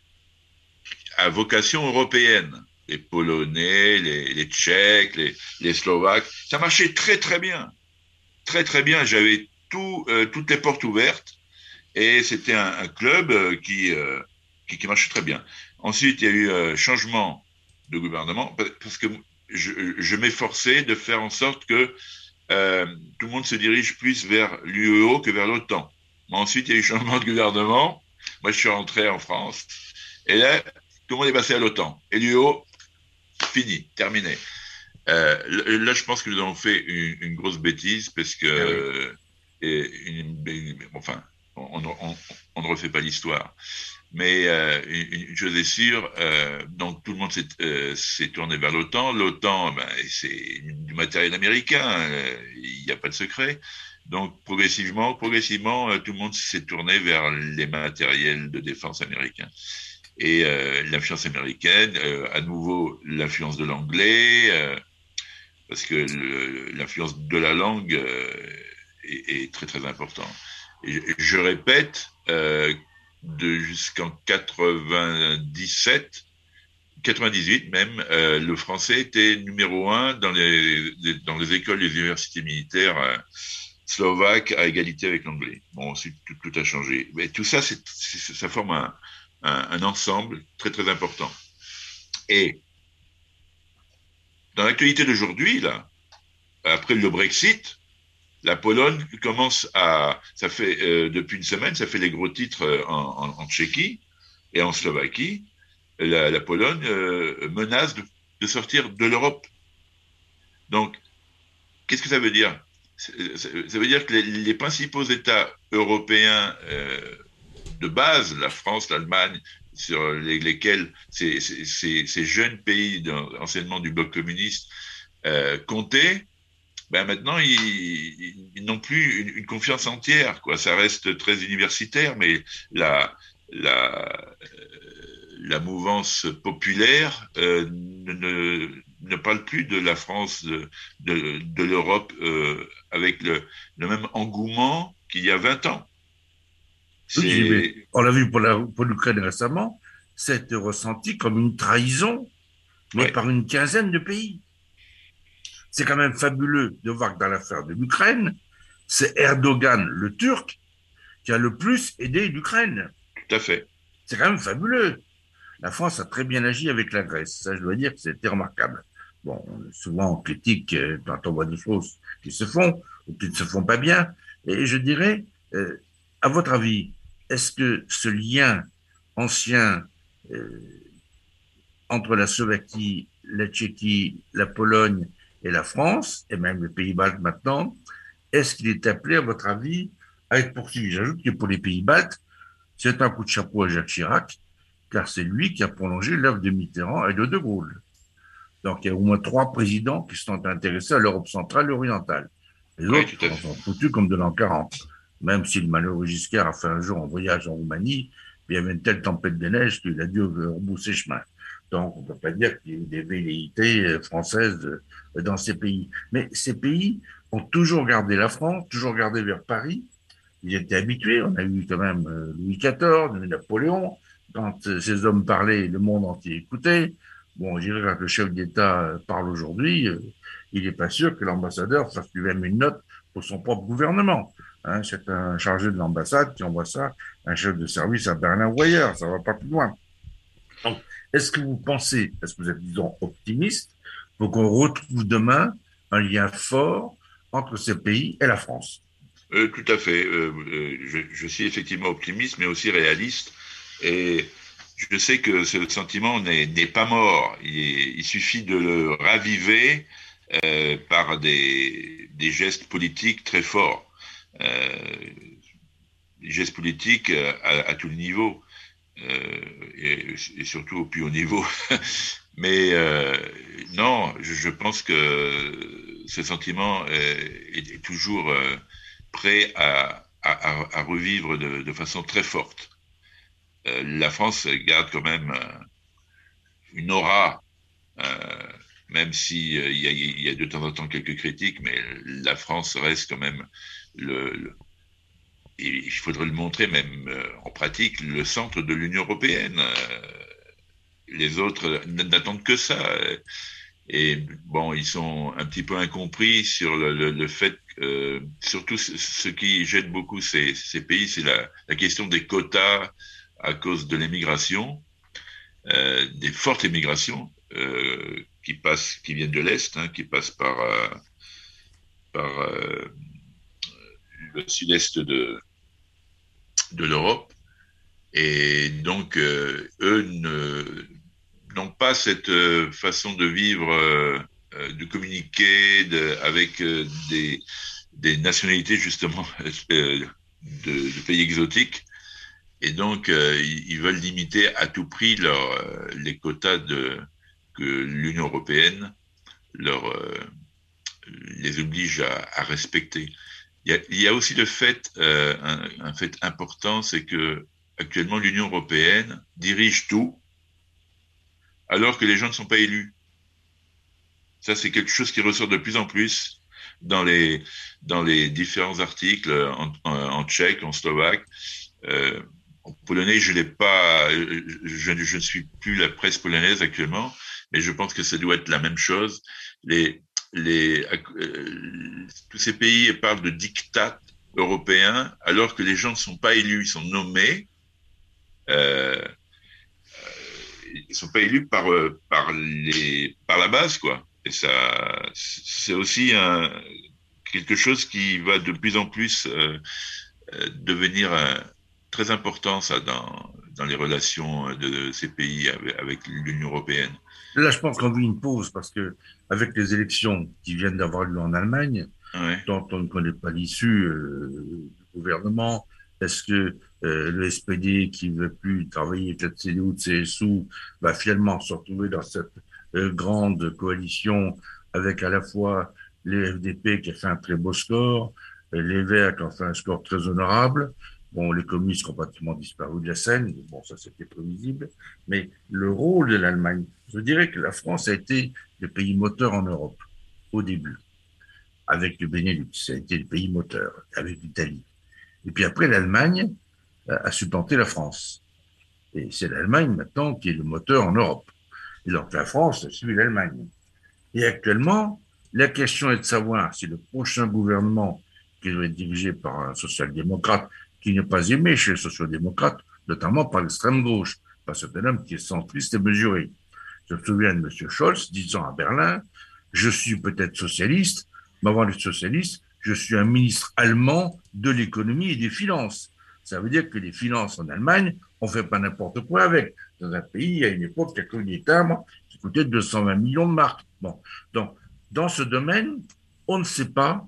[SPEAKER 4] à vocation européenne. Les Polonais, les, les Tchèques, les, les Slovaques. Ça marchait très très bien. Très très bien. J'avais tout, euh, toutes les portes ouvertes et c'était un, un club euh, qui, euh, qui, qui marchait très bien. Ensuite, il y a eu euh, changement de gouvernement parce que je, je m'efforçais de faire en sorte que euh, tout le monde se dirige plus vers l'U E O que vers l'OTAN. Mais ensuite, il y a eu changement de gouvernement. Moi, je suis rentré en France. Et là, tout le monde est passé à l'OTAN. Et l'U E O, fini, terminé. Euh, là, je pense que nous avons fait une, une grosse bêtise parce que, et une, une, enfin, on, on, on ne refait pas l'histoire. Mais euh, une, une chose est sûre, euh, donc tout le monde s'est, euh, s'est tourné vers l'OTAN. L'OTAN, ben, c'est du matériel américain, euh, il n'y a pas de secret. Donc progressivement, progressivement, euh, tout le monde s'est tourné vers les matériels de défense américains. Et euh, l'influence américaine, euh, à nouveau l'influence de l'anglais. Euh, parce que le, l'influence de la langue euh, est, est très très importante. Et je, je répète, euh, de jusqu'en quatre-vingt-dix-sept, quatre-vingt-dix-huit même, euh, le français était numéro un dans les, dans les écoles, les universités militaires euh, slovaques à égalité avec l'anglais. Bon, ensuite tout, tout a changé. Mais tout ça, c'est, c'est, ça forme un, un, un ensemble très très important. Et dans l'actualité d'aujourd'hui, là, après le Brexit, la Pologne commence à, ça fait euh, depuis une semaine, ça fait les gros titres en, en, en Tchéquie et en Slovaquie. La, la Pologne euh, menace de, de sortir de l'Europe. Donc, qu'est-ce que ça veut dire ? Ça veut dire que les, les principaux États européens euh, de base, la France, l'Allemagne, sur les, lesquels ces, ces, ces jeunes pays d'anciennement du bloc communiste euh, comptaient, ben maintenant ils, ils, ils n'ont plus une, une confiance entière, quoi. Ça reste très universitaire, mais la, la, la mouvance populaire euh, ne, ne parle plus de la France, de, de, de l'Europe euh, avec le, le même engouement qu'il y a vingt ans.
[SPEAKER 3] Oui, mais on l'a vu pour, la, pour l'Ukraine récemment, c'est ressenti comme une trahison, mais oui. par une quinzaine de pays. C'est quand même fabuleux de voir que dans l'affaire de l'Ukraine, c'est Erdogan, le Turc, qui a le plus aidé l'Ukraine.
[SPEAKER 4] Tout à fait.
[SPEAKER 3] C'est quand même fabuleux. La France a très bien agi avec la Grèce. Ça, je dois dire que c'était remarquable. Bon, souvent on critique quand on voit des choses qui se font ou qui ne se font pas bien. Et je dirais, euh, à votre avis, est-ce que ce lien ancien euh, entre la Slovaquie, la Tchéquie, la Pologne et la France, et même les Pays-Baltes maintenant, est-ce qu'il est appelé, à votre avis, à être poursuivi ? J'ajoute que pour les Pays-Baltes, c'est un coup de chapeau à Jacques Chirac, car c'est lui qui a prolongé l'œuvre de Mitterrand et de De Gaulle. Donc il y a au moins trois présidents qui sont intéressés à l'Europe centrale et orientale. Les oui, autres sont foutus comme de l'an quarante. Même si le malheureux Giscard a fait un jour un voyage en Roumanie, il y avait une telle tempête de neige qu'il a dû rebousser chemin. Donc, on ne peut pas dire qu'il y a eu des velléités françaises dans ces pays. Mais ces pays ont toujours gardé la France, toujours gardé vers Paris. Ils étaient habitués. On a eu quand même Louis quatorze, Napoléon. Quand ces hommes parlaient, le monde entier écoutait. Bon, je dirais que quand le chef d'État parle aujourd'hui, il n'est pas sûr que l'ambassadeur fasse lui-même une note pour son propre gouvernement. Hein, c'est un chargé de l'ambassade qui envoie ça, un chef de service à Berlin ou ailleurs, ça ne va pas plus loin. Donc, est-ce que vous pensez, est-ce que vous êtes, disons, optimiste, pour qu'on retrouve demain un lien fort entre ces pays et la France ?
[SPEAKER 4] euh, Tout à fait. Euh, je, je suis effectivement optimiste, mais aussi réaliste. Et je sais que ce sentiment n'est, n'est pas mort. Il, il suffit de le raviver euh, par des, des gestes politiques très forts. Euh, des gestes politiques à, à tous les niveaux. Euh, et, et surtout au plus haut niveau. Mais euh, non, je, je pense que ce sentiment est, est, est toujours euh, prêt à, à, à revivre de, de façon très forte. Euh, la France garde quand même euh, une aura, euh, même si euh, il y a, il y a de temps en temps quelques critiques, mais la France reste quand même le, le et il faudrait le montrer même euh, en pratique, le centre de l'Union européenne. Euh, les autres n'attendent que ça. Et bon, ils sont un petit peu incompris sur le, le, le fait, euh, surtout ce qui gêne beaucoup ces, ces pays, c'est la, la question des quotas à cause de l'émigration, euh, des fortes émigrations euh, qui passent, qui viennent de l'Est, hein, qui passent par... Euh, par euh, le sud-est de, de l'Europe. Et donc, euh, eux ne, n'ont pas cette euh, façon de vivre, euh, de communiquer de, avec euh, des, des nationalités, justement, euh, de, de pays exotiques. Et donc, euh, ils veulent limiter à tout prix leur, euh, les quotas de, que l'Union européenne leur, euh, les oblige à, à respecter. Il y a, il y a aussi le fait, euh, un, un fait important, c'est que actuellement l'Union européenne dirige tout, alors que les gens ne sont pas élus. Ça, c'est quelque chose qui ressort de plus en plus dans les dans les différents articles en, en, en tchèque, en slovaque. Euh, en polonais, je l'ai pas, je, je ne suis plus la presse polonaise actuellement, mais je pense que ça doit être la même chose. Les les euh, tous ces pays parlent de diktat européen, alors que les gens ne sont pas élus, ils sont nommés. Euh, ils sont pas élus par par les par la base, quoi. Et ça, c'est aussi un, quelque chose qui va de plus en plus euh, devenir un, très important, ça, dans dans les relations de ces pays avec, avec l'Union européenne.
[SPEAKER 3] Là, je pense qu'on vit une pause parce que avec les élections qui viennent d'avoir lieu en Allemagne,
[SPEAKER 4] Ouais.
[SPEAKER 3] dont on ne connaît pas l'issue euh, du gouvernement, est-ce que euh, le S P D qui ne veut plus travailler avec la C D U, C S U, va finalement se retrouver dans cette euh, grande coalition avec à la fois les F D P qui a fait un très beau score, les Verts qui ont fait un score très honorable. Bon, les communistes ont pratiquement disparu de la scène. Bon, ça, c'était prévisible. Mais le rôle de l'Allemagne, je dirais que la France a été le pays moteur en Europe, au début. Avec le Benelux, ça a été le pays moteur, avec l'Italie. Et puis après, l'Allemagne a supplanté la France. Et c'est l'Allemagne, maintenant, qui est le moteur en Europe. Et donc, la France suit l'Allemagne. Et actuellement, la question est de savoir si le prochain gouvernement, qui doit être dirigé par un social-démocrate, qui n'est pas aimé chez les sociaux-démocrates, notamment par l'extrême gauche, parce que c'est un homme qui est centriste et mesuré. Je me souviens de M. Scholz disant à Berlin, je suis peut-être socialiste, mais avant d'être socialiste, je suis un ministre allemand de l'économie et des finances. Ça veut dire que les finances en Allemagne, on ne fait pas n'importe quoi avec. Dans un pays, à une époque, qui a connu des timbres qui coûtaient deux cent vingt millions de marks. Bon. Donc, dans ce domaine, on ne sait pas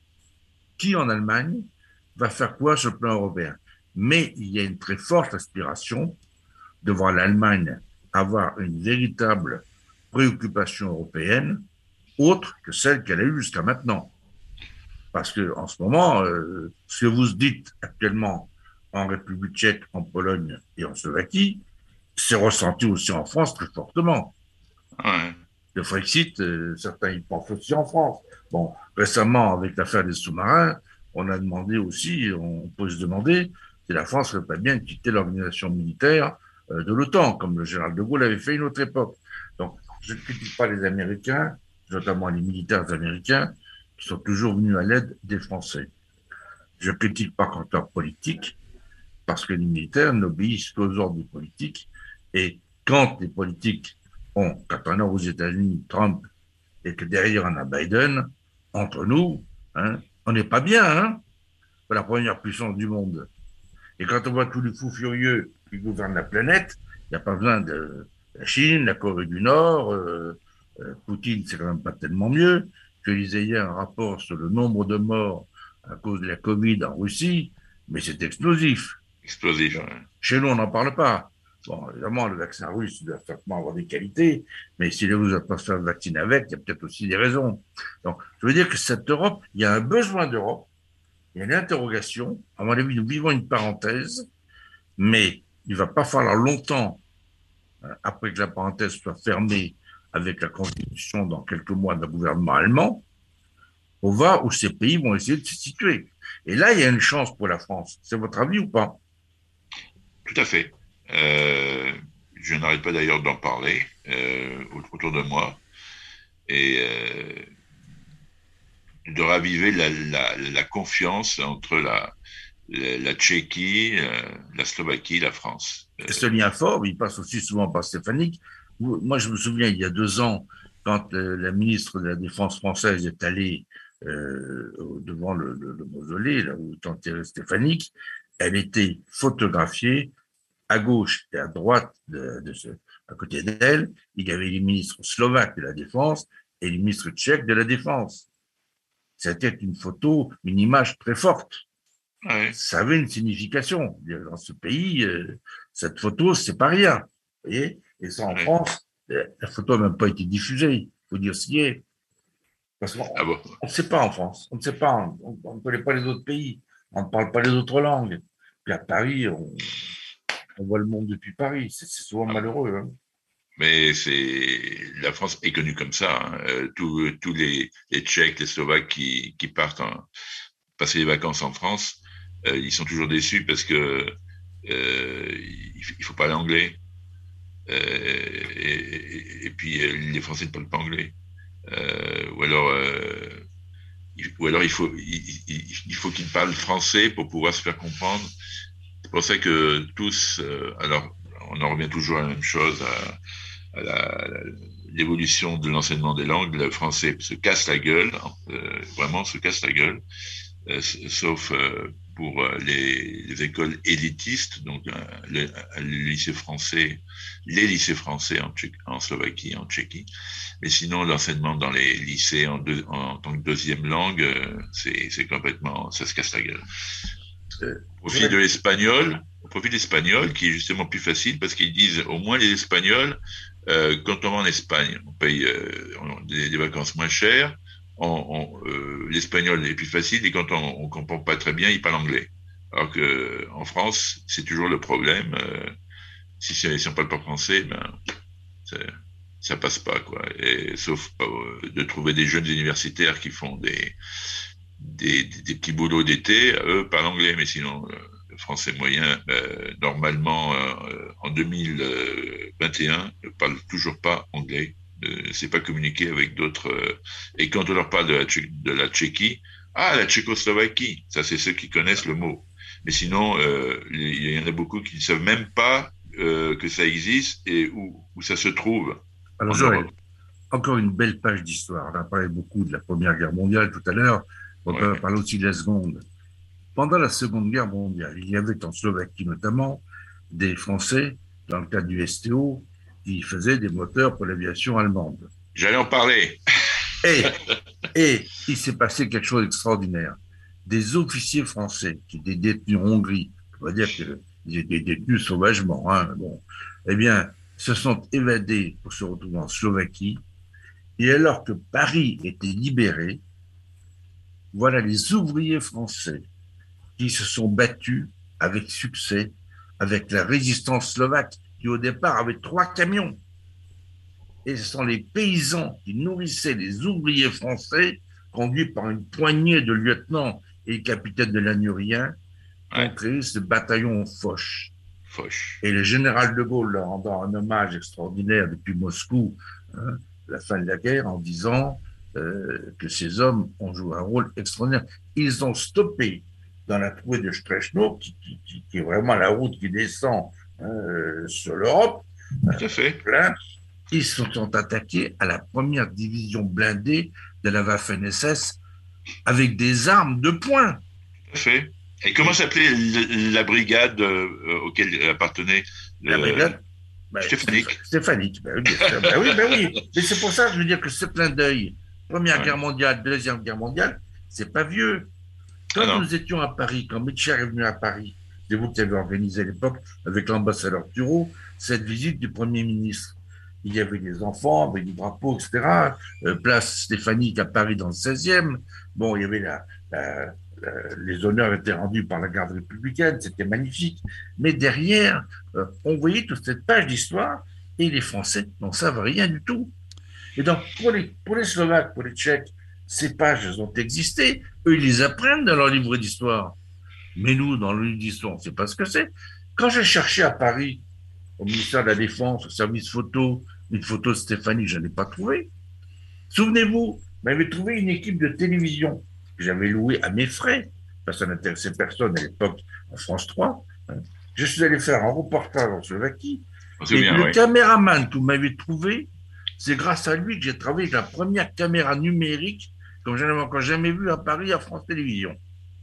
[SPEAKER 3] qui en Allemagne va faire quoi sur le plan européen. Mais il y a une très forte aspiration de voir l'Allemagne avoir une véritable préoccupation européenne autre que celle qu'elle a eue jusqu'à maintenant. Parce qu'en ce moment, euh, ce que vous dites actuellement en République tchèque, en Pologne et en Slovaquie, c'est ressenti aussi en France très fortement.
[SPEAKER 4] Ouais.
[SPEAKER 3] Le Frexit, euh, certains y pensent aussi en France. Bon, récemment, avec l'affaire des sous-marins, on a demandé aussi, on peut se demander si la France ne ferait pas bien de quitter l'organisation militaire euh, de l'OTAN, comme le général de Gaulle avait fait à une autre époque. Donc, je ne critique pas les Américains, notamment les militaires américains, qui sont toujours venus à l'aide des Français. Je ne critique pas quant à leur politique, parce que les militaires n'obéissent qu'aux ordres des politiques. Et quand les politiques ont, quand on a aux États-Unis Trump et que derrière on a Biden, entre nous, hein, on n'est pas bien, hein, c'est la première puissance du monde. Et quand on voit tous les fous furieux qui gouvernent la planète, il n'y a pas besoin de la Chine, la Corée du Nord, euh, euh, Poutine, c'est quand même pas tellement mieux. Je lisais hier un rapport sur le nombre de morts à cause de la Covid en Russie, mais c'est explosif.
[SPEAKER 4] Explosif, ouais.
[SPEAKER 3] Chez nous, on n'en parle pas. Bon, évidemment, le vaccin russe doit certainement avoir des qualités, mais si les Russes ne veulent pas se faire vacciner avec, il y a peut-être aussi des raisons. Donc, je veux dire que cette Europe, il y a un besoin d'Europe, il y a une interrogation. À mon avis, nous vivons une parenthèse, mais il ne va pas falloir longtemps, après que la parenthèse soit fermée avec la constitution dans quelques mois d'un gouvernement allemand, on va où ces pays vont essayer de se situer. Et là, il y a une chance pour la France. C'est votre avis ou pas?
[SPEAKER 4] Tout à fait. Euh, je n'arrête pas d'ailleurs d'en parler euh, autour de moi et euh, de raviver la, la, la confiance entre la, la, la Tchéquie, euh, la Slovaquie, la France.
[SPEAKER 3] Et ce lien fort, il passe aussi souvent par Stéphanie. Moi, je me souviens, il y a deux ans, quand euh, la ministre de la Défense française est allée euh, devant le, le, le mausolée, là où est enterrée Stéphanique, elle était photographiée à gauche et à droite, de, de ce, à côté d'elle, il y avait les ministres slovaques de la Défense et les ministres tchèques de la Défense. C'était une photo, une image très forte.
[SPEAKER 4] Ouais.
[SPEAKER 3] Ça avait une signification. Dans ce pays, euh, cette photo, c'est pas rien. Vous voyez? Et ça, en
[SPEAKER 4] Ouais.
[SPEAKER 3] France, la photo n'a même pas été diffusée. Il faut dire ce qui est. Parce qu'on
[SPEAKER 4] Ah bon?
[SPEAKER 3] ne sait pas en France. On ne sait pas. On ne connaît pas les autres pays. On ne parle pas les autres langues. Puis à Paris, on, on voit le monde depuis Paris. C'est, c'est souvent
[SPEAKER 4] Ah.
[SPEAKER 3] malheureux. Hein.
[SPEAKER 4] Mais c'est la France est connue comme ça. Hein. Euh, tous, tous les, les Tchèques, les Slovaques qui, qui partent en, passer les vacances en France, euh, ils sont toujours déçus parce que euh, il, il faut parler anglais. Euh, et, et, et puis euh, les Français ne parlent pas anglais. Euh, ou alors, euh, il, ou alors il faut, il, il, il faut qu'ils parlent français pour pouvoir se faire comprendre. C'est pour ça que tous, euh, alors on en revient toujours à la même chose. À, à la, à la, l'évolution de l'enseignement des langues, le français se casse la gueule, euh, vraiment se casse la gueule, euh, sauf euh, pour euh, les, les écoles élitistes, donc euh, le, le lycée français, les lycées français en, Tché- en Slovaquie, en Tchéquie. Mais sinon, l'enseignement dans les lycées en, deux, en, en tant que deuxième langue, euh, c'est, c'est complètement, ça se casse la gueule.
[SPEAKER 3] Euh,
[SPEAKER 4] Au profit de l'espagnol, au profit de l'espagnol, qui est justement plus facile parce qu'ils disent au moins les Espagnols, euh, quand on va en Espagne, on paye euh, des, des vacances moins chères. On, on, euh, l'espagnol est plus facile et quand on, on comprend pas très bien, il parle anglais. Alors que en France, c'est toujours le problème. Euh, si, si on parle pas français, ben ça passe pas quoi. Et sauf euh, de trouver des jeunes universitaires qui font des des, des, des petits boulots d'été, eux parlent anglais, mais sinon euh, le français moyen, euh, normalement euh, en deux mille vingt et un, ne parle toujours pas anglais. Ne sait pas communiquer avec d'autres. Euh, et quand on leur parle de la, de la Tchéquie, ah, la Tchécoslovaquie, ça c'est ceux qui connaissent le mot. Mais sinon, euh, il y en a beaucoup qui ne savent même pas euh, que ça existe et où, où ça se trouve.
[SPEAKER 3] Alors, Joël, encore une belle page d'histoire. On a parlé beaucoup de la Première Guerre mondiale tout à l'heure. On peut ouais. parler aussi de la Seconde. Pendant la Seconde Guerre mondiale, il y avait en Slovaquie notamment des Français, dans le cadre du S T O, qui faisaient des moteurs pour l'aviation allemande.
[SPEAKER 4] J'allais en parler.
[SPEAKER 3] Et, et il s'est passé quelque chose d'extraordinaire. Des officiers français qui étaient détenus en Hongrie, on va dire qu'ils étaient détenus sauvagement, hein, bon, eh bien, se sont évadés pour se retrouver en Slovaquie. Et alors que Paris était libéré, voilà les ouvriers français qui se sont battus avec succès avec la résistance slovaque qui au départ avait trois camions. Et ce sont les paysans qui nourrissaient les ouvriers français conduits par une poignée de lieutenants et le capitaine de l'Annurien qui ouais. ont créé ce bataillon Foch.
[SPEAKER 4] Foch.
[SPEAKER 3] Et le général de Gaulle leur rendant un hommage extraordinaire depuis Moscou, hein, la fin de la guerre, en disant euh, que ces hommes ont joué un rôle extraordinaire. Ils ont stoppé dans la trouée de Strechno, qui, qui, qui, qui est vraiment la route qui descend euh, sur l'Europe.
[SPEAKER 4] Tout à fait.
[SPEAKER 3] Plein. Ils se sont attaqués à la première division blindée de la Waffen-S S avec des armes de poing.
[SPEAKER 4] Tout à fait. Et comment s'appelait la brigade euh, auquel appartenait le...
[SPEAKER 3] La brigade ben,
[SPEAKER 4] Stéphanique.
[SPEAKER 3] Stéphanique, ben oui, ben oui, ben oui. Mais c'est pour ça que je veux dire que ce clin d'œil, Première ouais. Guerre mondiale, Deuxième Guerre mondiale, c'est pas vieux. Quand ah nous étions à Paris, quand Mitchell est venu à Paris, c'est vous qui avez organisé à l'époque, avec l'ambassadeur Thureau, cette visite du Premier ministre. Il y avait des enfants avec des drapeaux, et cetera. Euh, place Stéphanique à Paris dans le seizième. Bon, il y avait la, la, la, les honneurs étaient rendus par la garde républicaine, c'était magnifique. Mais derrière, euh, on voyait toute cette page d'histoire et les Français n'en savent rien du tout. Et donc, pour les, pour les Slovaques, pour les Tchèques, ces pages elles ont existé. Eux, ils les apprennent dans leur livre d'histoire. Mais nous, dans le livre d'histoire, on ne sait pas ce que c'est. Quand j'ai cherché à Paris, au ministère de la Défense, au service photo, une photo de Stéphanie, je n'en ai pas trouvé. Souvenez-vous, j'avais trouvé une équipe de télévision que j'avais louée à mes frais, parce que ça n'intéressait personne à l'époque en France trois. Je suis allé faire un reportage en Slovaquie. Et bien, le oui. caméraman que vous m'avez trouvé, c'est grâce à lui que j'ai travaillé avec la première caméra numérique comme je n'avais encore jamais vu à Paris, à France Télévisions.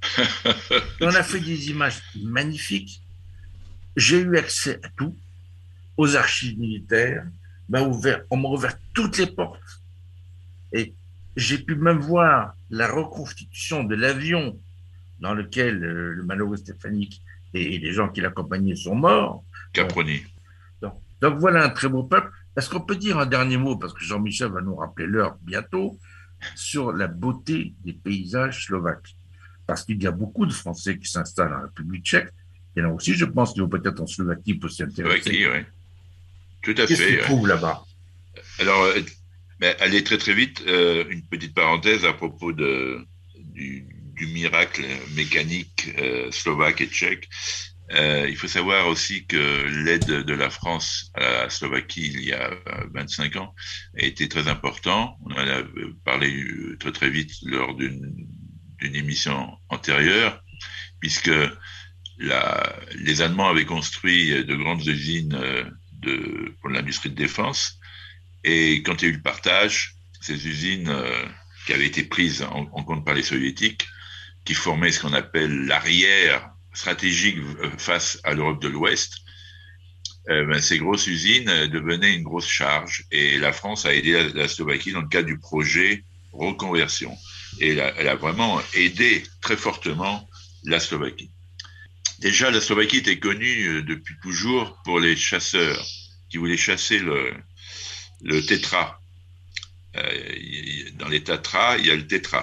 [SPEAKER 3] Et on a fait des images magnifiques. J'ai eu accès à tout, aux archives militaires. M'a ouvert, on m'a ouvert toutes les portes. Et j'ai pu même voir la reconstitution de l'avion dans lequel euh, le malheureux Stéphanique et, et les gens qui l'accompagnaient sont morts.
[SPEAKER 4] Caproni.
[SPEAKER 3] Donc, donc voilà un très beau peuple. Est-ce qu'on peut dire un dernier mot, parce que Jean-Michel va nous rappeler l'heure bientôt, sur la beauté des paysages slovaques? Parce qu'il y a beaucoup de Français qui s'installent en République tchèque. Il y en a aussi, je pense, qui vont peut-être en Slovaquie pour s'y intéresser.
[SPEAKER 4] Slovaquie, oui. Tout à
[SPEAKER 3] Qu'est-ce
[SPEAKER 4] fait.
[SPEAKER 3] qu'ils
[SPEAKER 4] ouais.
[SPEAKER 3] trouvent là-bas?
[SPEAKER 4] Alors, euh, mais allez très très vite, euh, une petite parenthèse à propos de, du, du miracle mécanique euh, slovaque et tchèque. Euh, il faut savoir aussi que l'aide de la France à la Slovaquie il y a vingt-cinq ans a été très important. On en a parlé très très vite lors d'une, d'une émission antérieure, puisque la, les Allemands avaient construit de grandes usines de, pour l'industrie de défense. Et quand il y a eu le partage, ces usines euh, qui avaient été prises en, en compte par les Soviétiques, qui formaient ce qu'on appelle l'arrière stratégique face à l'Europe de l'Ouest, euh, ben, ces grosses usines devenaient une grosse charge. Et la France a aidé la, la Slovaquie dans le cadre du projet reconversion. Et elle a, elle a vraiment aidé très fortement la Slovaquie. Déjà, la Slovaquie était connue depuis toujours pour les chasseurs qui voulaient chasser le le tétra. Euh, dans les Tatras, il y a le tétra.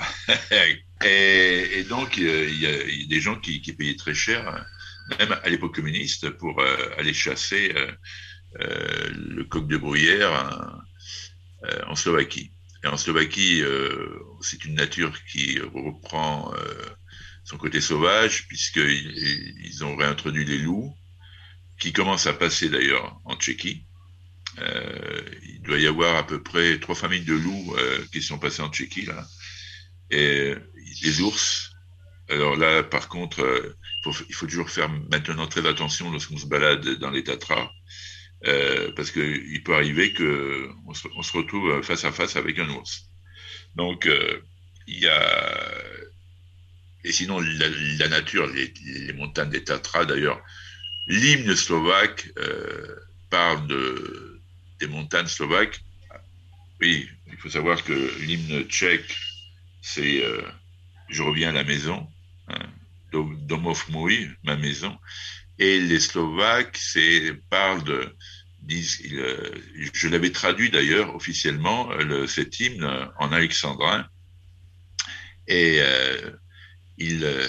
[SPEAKER 4] et, et donc, il y, a, il y a des gens qui, qui payaient très cher, même à l'époque communiste, pour euh, aller chasser euh, euh, le coq de bruyère euh, en Slovaquie. Et en Slovaquie, euh, c'est une nature qui reprend euh, son côté sauvage, puisqu'ils ils ont réintroduit les loups, qui commencent à passer d'ailleurs en Tchéquie. Euh, il doit y avoir à peu près trois familles de loups euh, qui sont passées en Tchéquie là, et les ours. Alors là, par contre, euh, faut, il faut toujours faire maintenant très attention lorsqu'on se balade dans les Tatras, euh, parce que il peut arriver que on se, on se retrouve face à face avec un ours. Donc euh, il y a et sinon la, la nature, les, les montagnes des Tatras. D'ailleurs, l'hymne slovaque euh, parle de des montagnes slovaques. Oui, il faut savoir que l'hymne tchèque, c'est euh, je reviens à la maison, hein, Domov můj, ma maison. Et les Slovaques, c'est parlent de, disent, il, euh, je l'avais traduit d'ailleurs officiellement le, cet hymne en alexandrin. Et euh, il, euh,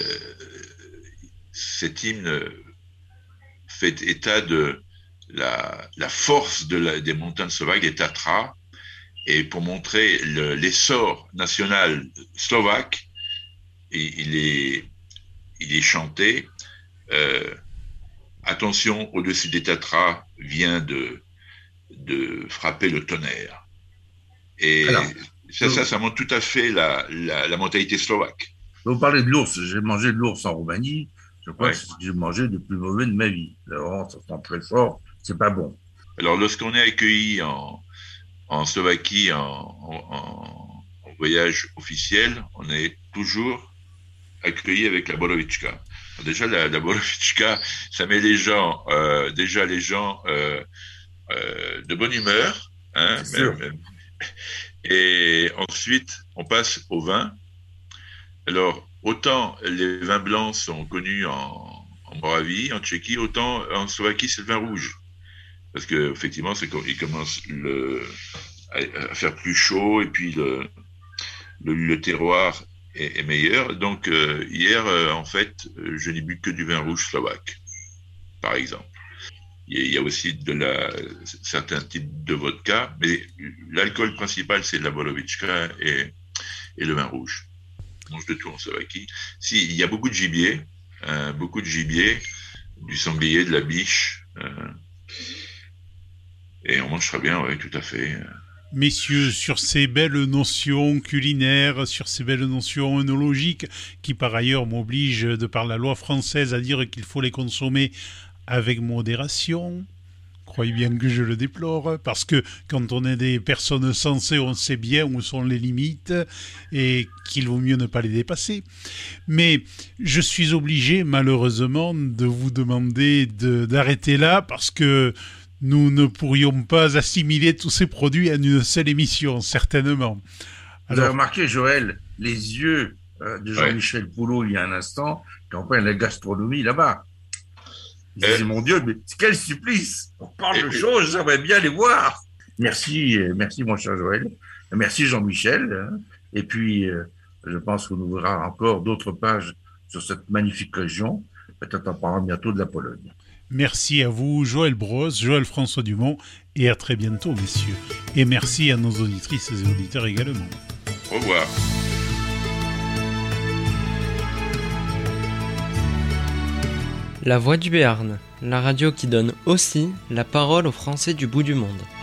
[SPEAKER 4] cet hymne fait état de La, la force de la, des montagnes slovaques, des Tatras, et pour montrer le, l'essor national slovaque, et, il, est, il est chanté euh, attention, au-dessus des Tatras vient de, de frapper le tonnerre. Et Alors, ça, ça, ça montre tout à fait la, la, la mentalité slovaque.
[SPEAKER 3] Vous parlez de l'ours, j'ai mangé de l'ours en Roumanie, je crois ouais. que c'est ce que j'ai mangé le plus mauvais de ma vie. Alors, ça sent très fort. C'est pas bon.
[SPEAKER 4] Alors, lorsqu'on est accueilli en, en Slovaquie en, en, en voyage officiel, on est toujours accueilli avec la borovička. Alors déjà, la, la borovička, ça met les gens, euh, déjà les gens euh, euh, de bonne humeur. Hein, même, même. Et ensuite, on passe au vin. Alors, autant les vins blancs sont connus en, en Moravie, en Tchéquie, autant en Slovaquie, c'est le vin rouge. Parce que effectivement, c'est quand il commence le, à, à faire plus chaud et puis le, le, le terroir est, est meilleur. Donc euh, hier, euh, en fait, je n'ai bu que du vin rouge slovaque, par exemple. Il y a, il y a aussi de la certains types de vodka, mais l'alcool principal c'est de la borovička et, et le vin rouge. On mange de tout en Slovaquie. Si il y a beaucoup de gibier, euh, beaucoup de gibier, du sanglier, de la biche. Euh, Et on mange très bien, oui, tout à fait.
[SPEAKER 2] Messieurs, sur ces belles notions culinaires, sur ces belles notions œnologiques, qui par ailleurs m'obligent, de par la loi française, à dire qu'il faut les consommer avec modération, Croyez bien que je le déplore, parce que quand on est des personnes sensées, on sait bien où sont les limites et qu'il vaut mieux ne pas les dépasser. Mais je suis obligé, malheureusement, de vous demander de, d'arrêter là, parce que nous ne pourrions pas assimiler tous ces produits à une seule émission, certainement.
[SPEAKER 3] Alors, vous avez remarqué, Joël, les yeux euh, de Jean-Michel ouais. Poulot, il y a un instant, quand on parle de la gastronomie là-bas. Il disait, euh, mon Dieu, mais quel supplice! On parle de choses, j'aimerais bien les voir. Merci, merci mon cher Joël. Merci Jean-Michel. Et puis, euh, je pense qu'on ouvrira encore d'autres pages sur cette magnifique région. Peut-être en parlant bientôt de la Pologne.
[SPEAKER 2] Merci à vous, Joël Brosse, Joël François Dumont, et à très bientôt, messieurs. Et merci à nos auditrices et auditeurs également.
[SPEAKER 4] Au revoir.
[SPEAKER 1] La Voix du Béarn, la radio qui donne aussi la parole aux Français du bout du monde.